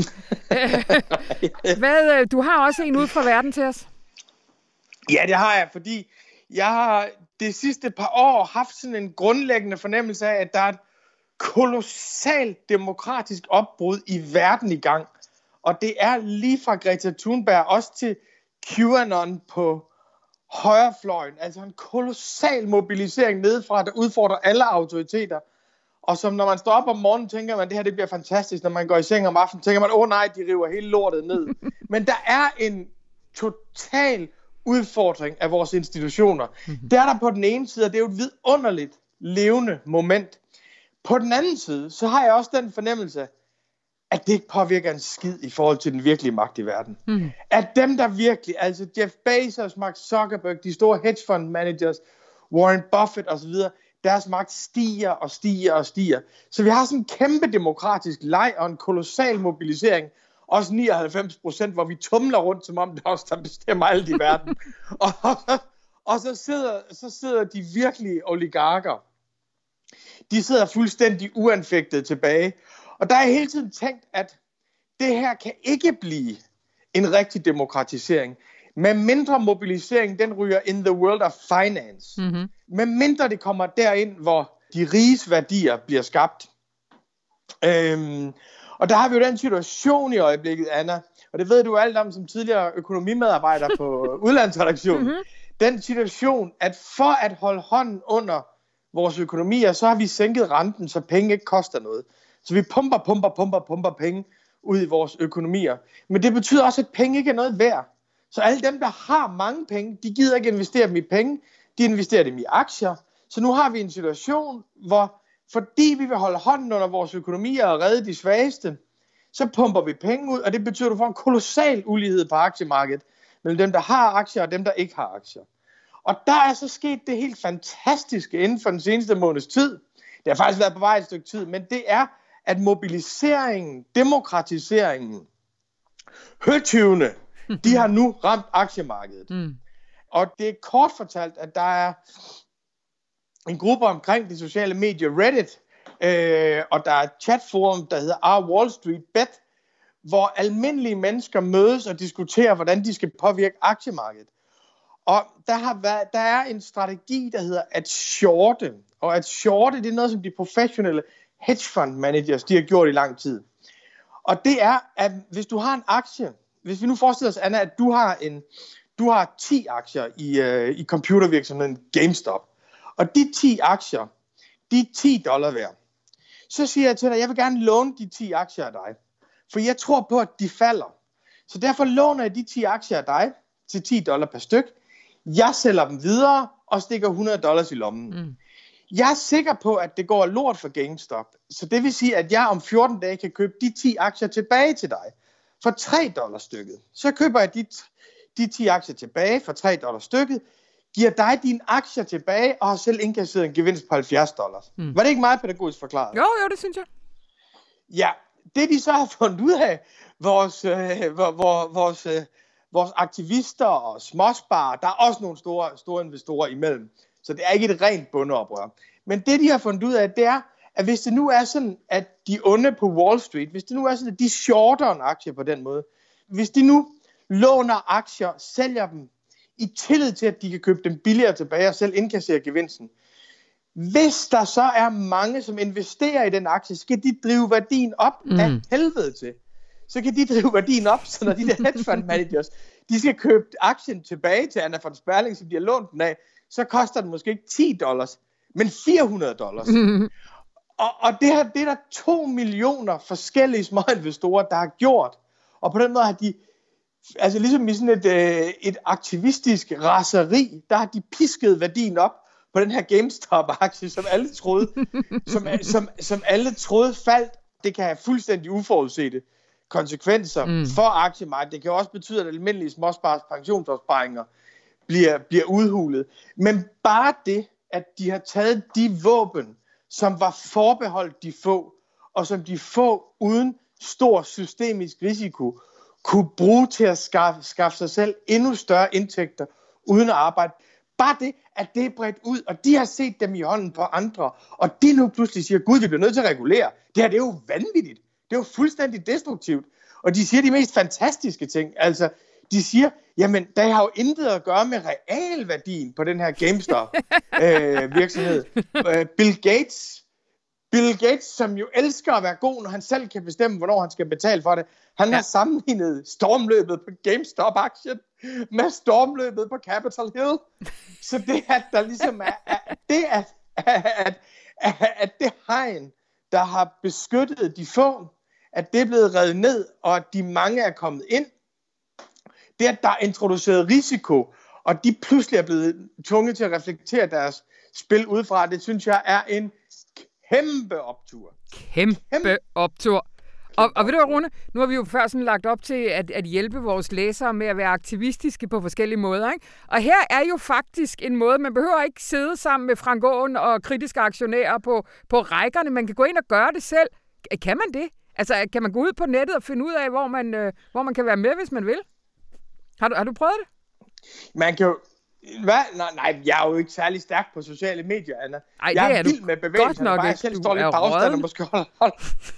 Hvad, du har også en ud fra verden til os. Ja, det har jeg, fordi jeg har det sidste par år haft sådan en grundlæggende fornemmelse af, at der er et kolossalt demokratisk opbrud i verden i gang. Og det er lige fra Greta Thunberg også til QAnon på højrefløjen. Altså en kolossal mobilisering nedefra, der udfordrer alle autoriteter. Og som når man står op om morgenen, tænker man, at det her det bliver fantastisk. Når man går i seng om aftenen, tænker man, åh oh, nej, de river hele lortet ned. Men der er en total udfordring af vores institutioner. Mm-hmm. Det er der på den ene side, og det er jo et vidunderligt levende moment. På den anden side, så har jeg også den fornemmelse, at det ikke påvirker en skid i forhold til den virkelige magt i verden. Mm. At dem, der virkelig, altså Jeff Bezos, Mark Zuckerberg, de store hedgefund managers, Warren Buffett osv., deres magt stiger og stiger og stiger. Så vi har sådan en kæmpe demokratisk leg og en kolossal mobilisering, også nioghalvfems procent, hvor vi tumler rundt, som om det også der bestemmer alt i verden. og, og, og så, sidder, så sidder de virkelige oligarker. De sidder fuldstændig uanfægtet tilbage. Og der er hele tiden tænkt, at det her kan ikke blive en rigtig demokratisering. Med mindre mobilisering, den ryger in the world of finance. Mm-hmm. Med mindre det kommer derind, hvor de riges værdier bliver skabt. Øhm, og der har vi jo den situation i øjeblikket, Anna, og det ved du alt om som tidligere økonomimedarbejder på udlandsredaktionen. Mm-hmm. Den situation, at for at holde hånden under vores økonomier, så har vi sænket renten, så penge ikke koster noget. Så vi pumper, pumper, pumper, pumper penge ud i vores økonomier. Men det betyder også, at penge ikke er noget værd. Så alle dem, der har mange penge, de gider ikke investere dem i penge, de investerer dem i aktier. Så nu har vi en situation, hvor fordi vi vil holde hånden under vores økonomier og redde de svageste, så pumper vi penge ud, og det betyder, at du får en kolossal ulighed på aktiemarkedet mellem dem, der har aktier og dem, der ikke har aktier. Og der er så sket det helt fantastiske inden for den seneste måneds tid. Det har faktisk været på vej et stykke tid, men det er, at mobiliseringen, demokratiseringen, høtyvene, de har nu ramt aktiemarkedet. Mm. Og det er kort fortalt, at der er en gruppe omkring de sociale medier, Reddit, øh, og der er et chatforum, der hedder Our Wall Street Bet, hvor almindelige mennesker mødes og diskuterer, hvordan de skal påvirke aktiemarkedet. Og der, har været, der er en strategi, der hedder at shorte. Og at shorte, det er noget, som de professionelle hedge fund managers, de har gjort i lang tid. Og det er, at hvis du har en aktie, hvis vi nu forestiller os, Anna, at du har, en, du har ti aktier i, uh, i computervirksomheden GameStop, og de ti aktier, de er ti dollar værd. Så siger jeg til dig, at jeg vil gerne låne de ti aktier af dig, for jeg tror på, at de falder. Så derfor låner jeg de ti aktier af dig til ti dollar per styk. Jeg sælger dem videre og stikker hundrede dollars i lommen. Mm. Jeg er sikker på, at det går lort for GameStop. Så det vil sige, at jeg om fjorten dage kan købe de ti aktier tilbage til dig for tre dollar stykket. Så køber jeg de, de ti aktier tilbage for tre dollar stykket, giver dig dine aktier tilbage og har selv indkasseret en gevinst på halvfjerds dollars. Mm. Var det ikke meget pædagogisk forklaret? Jo, jo, det synes jeg. Ja, det de så har fundet ud af, vores, øh, vores, vores, øh, vores aktivister og småsparer, der er også nogle store, store investorer imellem. Så det er ikke et rent bundeoprør. Men det, de har fundet ud af, det er, at hvis det nu er sådan, at de onde på Wall Street, hvis det nu er sådan, at de shorter en aktie på den måde, hvis de nu låner aktier, sælger dem, i tillid til, at de kan købe dem billigere tilbage og selv indkassere gevinsten. Hvis der så er mange, som investerer i den aktie, så kan de drive værdien op mm. af helvede til. Så kan de drive værdien op, så når de der hedge fund managers, de skal købe aktien tilbage til Anna von Sperling, som de har lånt den af, så koster den måske ikke ti dollars, men fire hundrede dollars. Mm. Og, og det, her, det er der to millioner forskellige små investorer, der har gjort. Og på den måde har de, altså ligesom i sådan et, øh, et aktivistisk raseri, der har de pisket værdien op på den her GameStop-aktie, som alle troede, som, som, som alle troede faldt. Det kan have fuldstændig uforudsete konsekvenser mm. for aktiemarkedet. Det kan også betyde, at almindelige småsparers pensionsopsparinger bliver, bliver udhulet. Men bare det, at de har taget de våben, som var forbeholdt de få, og som de få uden stor systemisk risiko, kunne bruge til at skaffe, skaffe sig selv endnu større indtægter uden at arbejde. Bare det, at det er bredt ud, og de har set dem i hånden på andre, og de nu pludselig siger, gud, vi bliver nødt til at regulere. Det her, det er jo vanvittigt. Det er jo fuldstændig destruktivt. Og de siger de mest fantastiske ting. Altså, de siger, jamen, der har jo intet at gøre med realværdien på den her GameStop-virksomhed. øh, Bill Gates, Bill Gates, som jo elsker at være god, når han selv kan bestemme, hvornår han skal betale for det. Han ja. har sammenlignet stormløbet på GameStop-aktien med stormløbet på Capitol Hill. Så det, at der ligesom er, er det, at, at, at, at det hegn, der har beskyttet de få, at det er blevet revet ned, og at de mange er kommet ind, det at der er introduceret risiko, og de pludselig er blevet tvunget til at reflektere deres spil udefra, det synes jeg er en kæmpe optur. Kæmpe, kæmpe optur. Og, og ved du hvad, Rune, nu har vi jo før sådan lagt op til at, at hjælpe vores læsere med at være aktivistiske på forskellige måder, ikke? Og her er jo faktisk en måde, man behøver ikke sidde sammen med Frank Aaen og kritiske aktionærer på, på rækkerne. Man kan gå ind og gøre det selv. Kan man det? Altså, kan man gå ud på nettet og finde ud af, hvor man, øh, hvor man kan være med, hvis man vil? Har du, har du prøvet det? Man kan jo... Hvad? Nej, nej, jeg er jo ikke særlig stærk på sociale medier, Anna. Ej, jeg er, er vild med bevægelser, bare jeg selv står lidt på afstand og måske holder... hold.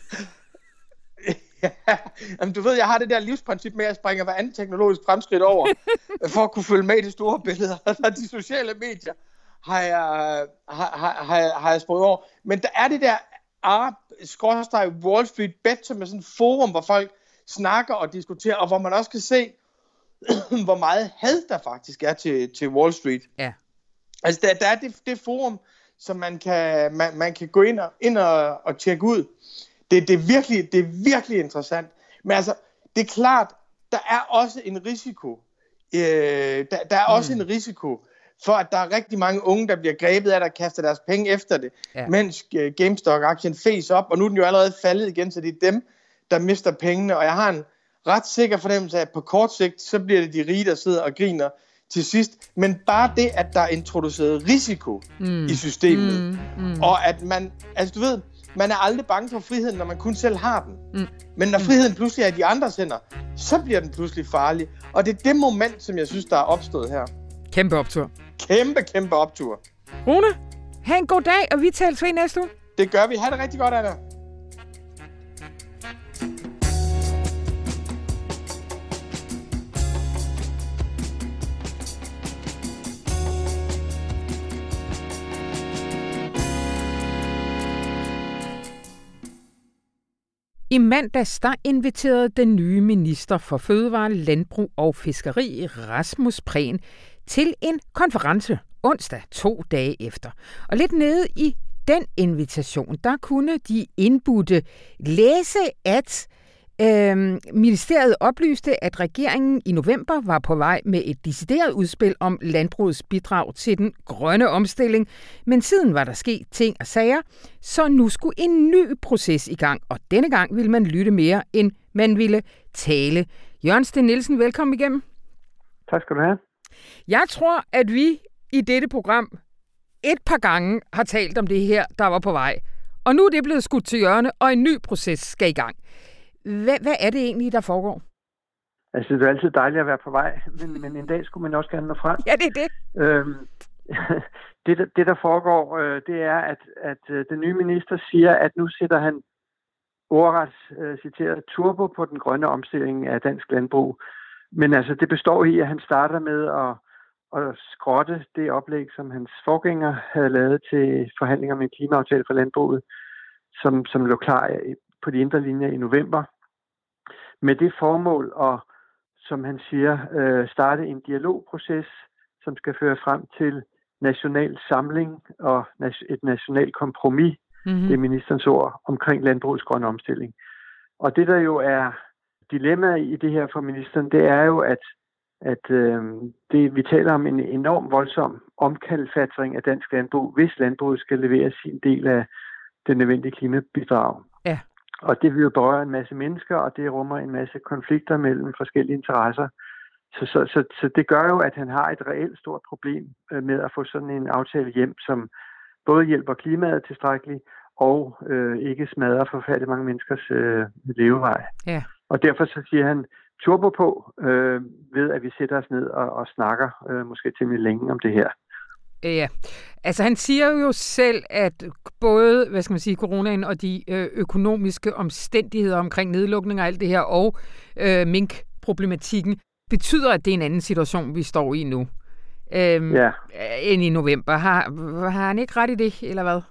Ja, jamen, du ved, jeg har det der livsprincip med, at jeg springer hver anden teknologisk fremskridt over, for at kunne følge med i det store billede. Og de sociale medier har jeg, har, har, har, har jeg sprunget over. Men der er det der Wall Street Bet, som er sådan et forum, hvor folk snakker og diskuterer, og hvor man også kan se, hvor meget had der faktisk er til, til Wall Street. Ja. Altså, der, der er det, det forum, som man kan, man, man kan gå ind og, ind og, og tjekke ud. Det, det, er virkelig, det er virkelig interessant. Men altså, det er klart, der er også en risiko. Øh, der, der er også mm. en risiko for, at der er rigtig mange unge, der bliver grebet af, der kaster deres penge efter det, ja. mens uh, GameStop-aktien fes op, og nu er den jo allerede faldet igen, så det er dem, der mister pengene. Og jeg har en ret sikker fornemmelse af, at på kort sigt, så bliver det de rige, der sidder og griner til sidst. Men bare det, at der er introduceret risiko mm. i systemet, mm. Mm. og at man, altså du ved, man er aldrig bange for friheden, når man kun selv har den. Mm. Men når friheden pludselig er i de andres hænder, så bliver den pludselig farlig. Og det er det moment, som jeg synes, der er opstået her. Kæmpe optur. Kæmpe, kæmpe optur. Rune, have en god dag, og vi tales ved næste uge. Det gør vi. Ha' det rigtig godt, Anna. I mandags der inviterede den nye minister for Fødevare, Landbrug og Fiskeri, Rasmus Prehn, til en konference onsdag to dage efter. Og lidt nede i den invitation, der kunne de indbudte læse, at øh, ministeriet oplyste, at regeringen i november var på vej med et decideret udspil om landbrugets bidrag til den grønne omstilling. Men siden var der sket ting og sager, så nu skulle en ny proces i gang. Og denne gang ville man lytte mere, end man ville tale. Jørgen Steen Nielsen, velkommen igennem. Tak skal du have. Jeg tror, at vi i dette program et par gange har talt om det her, der var på vej. Og nu er det blevet skudt til hjørne, og en ny proces skal i gang. Hvad, hvad er det egentlig, der foregår? Altså, det er altid dejligt at være på vej, men, men en dag skulle man også gerne nå frem. Ja, det er det. Øhm, det, der, det, der foregår, øh, det er, at, at øh, den nye minister siger, at nu sætter han ordret øh, citeret turbo på den grønne omstilling af dansk landbrug. Men altså, det består i, at han starter med at og skrotte det oplæg, som hans forgænger havde lavet til forhandlinger med en klimaaftale for landbruget, som, som lå klar på de indre linjer i november. Med det formål at, som han siger, starte en dialogproces, som skal føre frem til national samling og et nationalt kompromis, mm-hmm. det er ministerens ord, omkring landbrugets grønne omstilling. Og det, der jo er dilemmaet i det her for ministeren, det er jo, at at øh, det, vi taler om en enorm voldsom omkalfatring af dansk landbrug, hvis landbruget skal levere sin del af den nødvendige klimabidrag. Ja. Og det vil jo berøre en masse mennesker, og det rummer en masse konflikter mellem forskellige interesser. Så, så, så, så det gør jo, at han har et reelt stort problem med at få sådan en aftale hjem, som både hjælper klimaet tilstrækkeligt, og øh, ikke smadrer forfærdeligt mange menneskers øh, levevej. Ja. Og derfor så siger han, turbo på, øh, ved at vi sætter os ned og, og snakker øh, måske temmelig længe om det her. Ja, altså han siger jo selv, at både, hvad skal man sige, coronaen og de øh, økonomiske omstændigheder omkring nedlukning og alt det her, og øh, minkproblematikken, betyder, at det er en anden situation, vi står i nu, øh, ja. end i november. Har, har han ikke ret i det, eller hvad?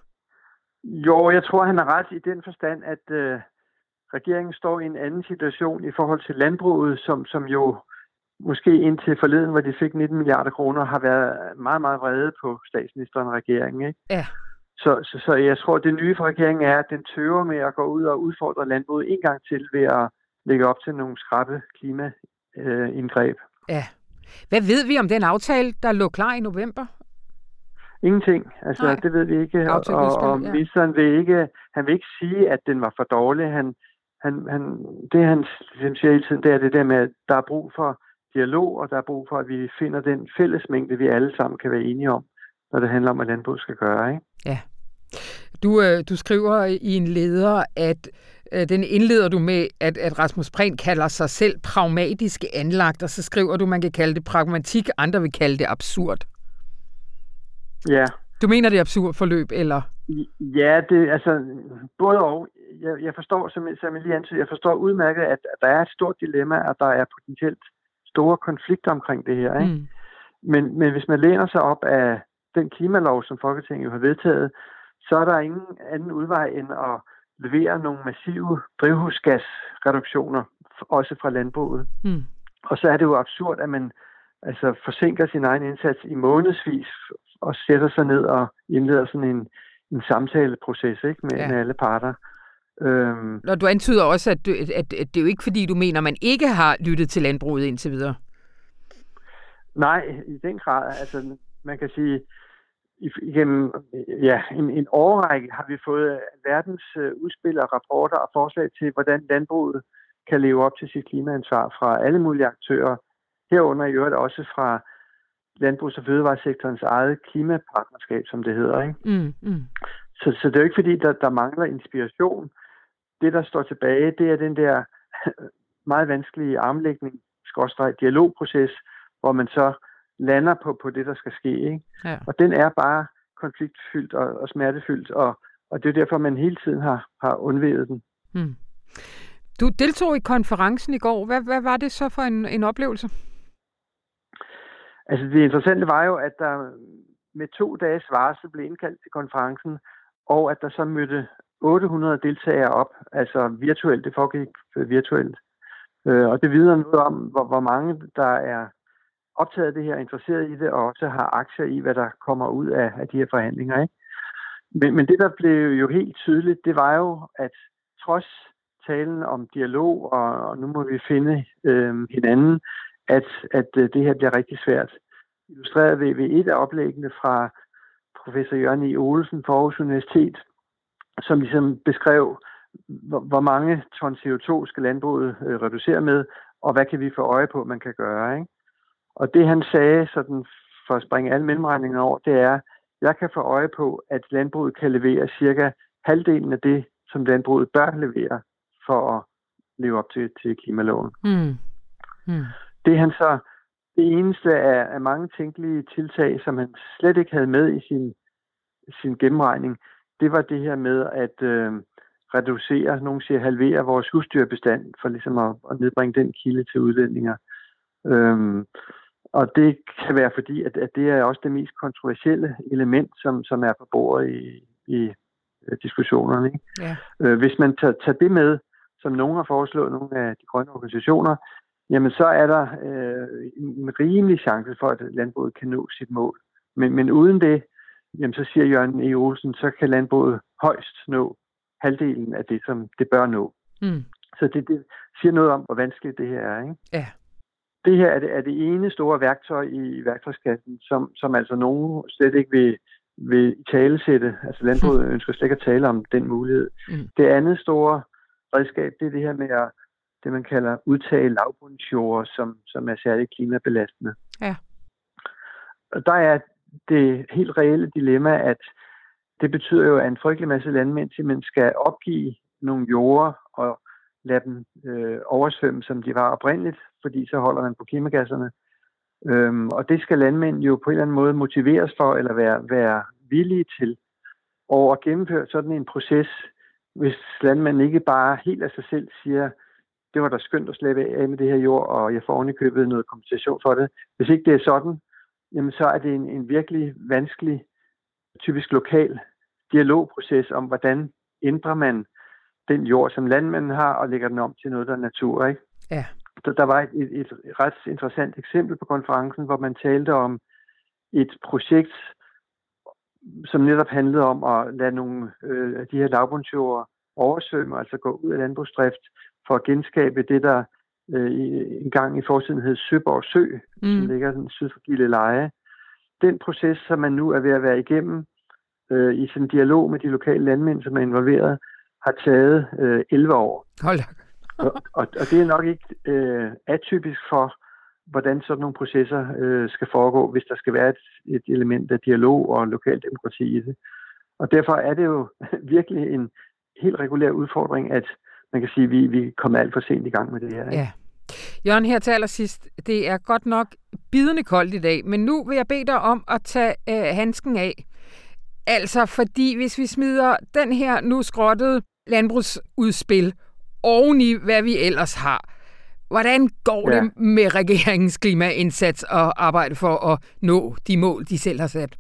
Jo, jeg tror, han har ret i den forstand, at øh, regeringen står i en anden situation i forhold til landbruget, som, som jo måske indtil forleden, hvor de fik nitten milliarder kroner, har været meget, meget vrede på statsministeren og regeringen. Ikke? Ja. Så, så, så jeg tror, at det nye for regeringen er, at den tøver med at gå ud og udfordre landbruget en gang til ved at lægge op til nogle skrappe klimaindgreb. Ja. Hvad ved vi om den aftale, der lå klar i november? Ingenting. Altså, Nej. Det ved vi ikke. Og, og, og ja. ministeren vil ikke, han vil ikke sige, at den var for dårlig. Han, han, han, det, han siger hele tiden, det er det der med, at der er brug for dialog, og der er brug for, at vi finder den fællesmængde, vi alle sammen kan være enige om, når det handler om, hvad landbruget skal gøre. Ikke? Ja. Du, øh, du skriver i en leder, at øh, den indleder du med, at, at Rasmus Prehn kalder sig selv pragmatisk anlagt, og så skriver du, man kan kalde det pragmatik, andre vil kalde det absurd. Ja. Du mener, det er absurd forløb, eller? Ja, det altså både og. Jeg, jeg forstår, som, som jeg lige antydede, jeg forstår udmærket, at, at der er et stort dilemma, og der er potentielt store konflikter omkring det her. Ikke? Mm. Men, men hvis man læner sig op af den klimalov, som Folketinget jo har vedtaget, så er der ingen anden udvej end at levere nogle massive drivhusgasreduktioner, også fra landbruget. Mm. Og så er det jo absurd, at man altså forsinker sin egen indsats i månedsvis og sætter sig ned og indleder sådan en, en samtaleproces, ikke, med, ja. med alle parter. Øhm, Når du antyder også, at, du, at, at det er jo ikke fordi, du mener, man ikke har lyttet til landbruget indtil videre. Nej, i den grad. Altså, man kan sige, igennem ja, en, en årrække har vi fået verdens uh, udspil og rapporter og forslag til, hvordan landbruget kan leve op til sit klimaansvar fra alle mulige aktører. Herunder i øvrigt også fra landbrugs- og fødevaresektorens eget klimapartnerskab, som det hedder. Ikke? Mm, mm. Så, så det er jo ikke fordi, der, der mangler inspiration. Det, der står tilbage, det er den der meget vanskelige armlægning, skråstreg dialogproces, hvor man så lander på, på det, der skal ske. Ikke? Ja. Og den er bare konfliktfyldt og, og smertefyldt, og, og det er derfor, man hele tiden har, har undværet den. Mm. Du deltog i konferencen i går. Hvad, hvad var det så for en, en oplevelse? Altså det interessante var jo, at der med to dages varsel blev indkaldt til konferencen, og at der så mødte otte hundrede deltagere op, altså virtuelt, det foregik virtuelt. Og det vidner noget om, hvor, hvor mange der er optaget af det her, interesseret i det, og også har aktier i, hvad der kommer ud af, af de her forhandlinger. Ikke? Men, men det, der blev jo helt tydeligt, det var jo, at trods talen om dialog, og, og nu må vi finde øh, hinanden, at, at det her bliver rigtig svært. Illustreret ved, ved et af oplæggene fra professor Jørgen E. Olsen fra Aarhus Universitet, som ligesom beskrev, hvor, hvor mange ton C O to skal landbruget øh, reducere med, og hvad kan vi få øje på, man kan gøre. Ikke? Og det han sagde, sådan for at springe alle mellemregninger over, det er, jeg kan få øje på, at landbruget kan levere cirka halvdelen af det, som landbruget bør levere for at leve op til, til klimaloven. Mm. Mm. Det han så, det eneste af, af mange tænkelige tiltag, som han slet ikke havde med i sin, sin gennemregning, det var det her med at øh, reducere, nogen siger halvere vores husdyrbestand, for ligesom at, at nedbringe den kilde til udledninger. Øhm, og det kan være fordi, at, at det er også det mest kontroversielle element, som, som er på bordet i, i diskussionerne. Ikke? Ja. Øh, hvis man tager, tager det med, som nogen har foreslået, nogle af de grønne organisationer, jamen så er der øh, en rimelig chance for, at landbruget kan nå sit mål. Men, men uden det, jamen så siger Jørgen E. Olsen, så kan landbruget højst nå halvdelen af det, som det bør nå. Mm. Så det, det siger noget om, hvor vanskeligt det her er. Ikke? Ja. Det her er det, er det ene store værktøj i værktøjskassen, som, som altså nogen slet ikke vil, vil talesætte. Altså landbruget mm. ønsker slet ikke at tale om den mulighed. Mm. Det andet store redskab, det er det her med at, det man kalder udtage lavbundsjord, som, som er særligt klimabelastende. Ja. Og der er det helt reelle dilemma, at det betyder jo, at en frygtelig masse landmænd simpelthen skal opgive nogle jorder og lade dem øh, oversvømme, som de var oprindeligt, fordi så holder man på klimagasserne. Øhm, og det skal landmænd jo på en eller anden måde motiveres for, eller være, være villige til. Og at gennemføre sådan en proces, hvis landmænd ikke bare helt af sig selv siger, det var da skønt at slippe af med det her jord, og jeg får ovenikøbet noget kompensation for det. Hvis ikke det er sådan, jamen så er det en, en virkelig vanskelig, typisk lokal dialogproces om, hvordan ændrer man den jord, som landmanden har, og lægger den om til noget, der er natur. Ikke? Ja. Der, der var et, et, et ret interessant eksempel på konferencen, hvor man talte om et projekt, som netop handlede om at lade nogle øh, af de her lavbundsjorder oversvømme, altså gå ud af landbrugsdrift, for at genskabe det, der øh, engang i fortiden hed Søborg Sø, mm. som ligger sådan syd for Gilleleje. Den proces, som man nu er ved at være igennem, øh, i sådan en dialog med de lokale landmænd, som er involveret, har taget øh, elleve år. Hold da. og, og, og det er nok ikke øh, atypisk for, hvordan sådan nogle processer øh, skal foregå, hvis der skal være et, et element af dialog og lokal demokrati i det. Og derfor er det jo virkelig en helt regulær udfordring, at man kan sige, at vi, vi kommer alt for sent i gang med det her. Ikke? Ja. Jørgen, her til allersidst, det er godt nok bidende koldt i dag, men nu vil jeg bede dig om at tage øh, handsken af. Altså, fordi hvis vi smider den her nu skrottede landbrugsudspil oveni, hvad vi ellers har, hvordan går ja. det med regeringens klimaindsats og arbejde for at nå de mål, de selv har sat?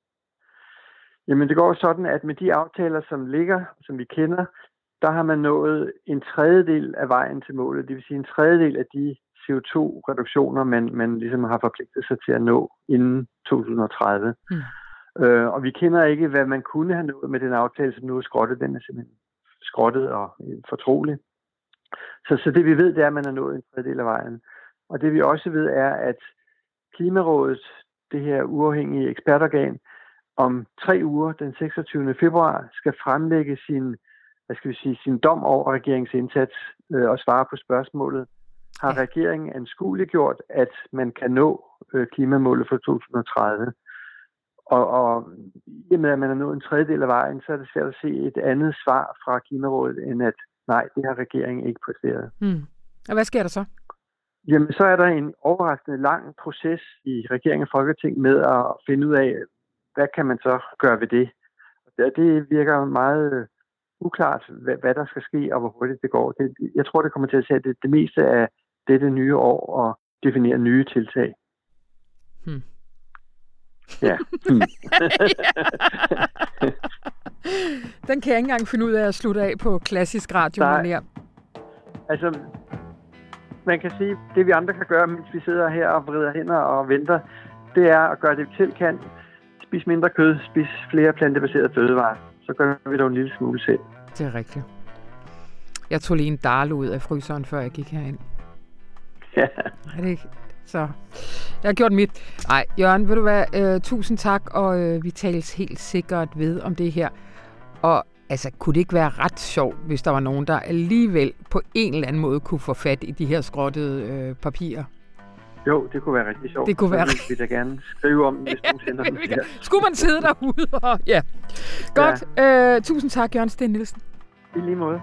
Jamen, det går sådan, at med de aftaler, som ligger, som vi kender, der har man nået en tredjedel af vejen til målet. Det vil sige en tredjedel af de C O to reduktioner, man, man ligesom har forpligtet sig til at nå inden to tusind og tredive. Hmm. Øh, og vi kender ikke, hvad man kunne have nået med den aftale, som nu er skrottet. Den er simpelthen skrottet og fortrolig. Så, så det vi ved, det er, at man har nået en tredjedel af vejen. Og det vi også ved, er, at Klimarådet, det her uafhængige ekspertorgan, om tre uger, den seksogtyvende februar, skal fremlægge sin, hvad skal vi sige, sin dom over regeringens indsats øh, og svare på spørgsmålet. Har regeringen anskueliggjort, at man kan nå øh, klimamålet for to tusind og tredive? Og, og i og med, at man har nået en tredjedel af vejen, så er det svært at se et andet svar fra Klimarådet, end at nej, det har regeringen ikke præsteret. Mm. Og hvad sker der så? Jamen, så er der en overraskende lang proces i regeringen og Folketing med at finde ud af, hvad kan man så gøre ved det? Det virker meget uklart, hvad, hvad der skal ske, og hvor hurtigt det går. Det, jeg tror, det kommer til at tage det, det meste af dette nye år og definere nye tiltag. Hmm. Ja. Hmm. den kan jeg ikke engang finde ud af at slutte af på klassisk radio. Der, altså, man kan sige, det vi andre kan gøre, mens vi sidder her og vrider hænder og venter, det er at gøre det, vi selv kan. Spis mindre kød, spis flere plantebaserede fødevarer. Så gør vi det en lille smule selv. Det er rigtigt. Jeg tog lige en darle ud af fryseren, før jeg gik herind. Ja. Er det ikke? Så jeg har gjort mit. Nej, Jørgen, vil du være, uh, tusind tak, og uh, vi tales helt sikkert ved om det her. Og altså, kunne det ikke være ret sjovt, hvis der var nogen, der alligevel på en eller anden måde kunne få fat i de her skrottede uh, papirer? Jo, det kunne være rigtig sjovt. Det kunne være rigtig. Vi da gerne skrive om, hvis ja, nogen sender dem her. Skulle man sidde derude og... Ja. Godt. Ja. Uh, tusind tak, Jørgen Steen Nielsen. I lige måde.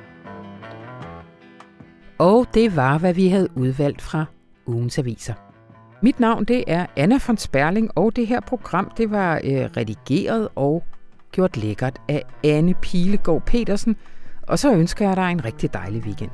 Og det var, hvad vi havde udvalgt fra ugens aviser. Mit navn, det er Anna von Sperling, og det her program, det var øh, redigeret og gjort lækkert af Anne Pilegaard Petersen. Og så ønsker jeg dig en rigtig dejlig weekend.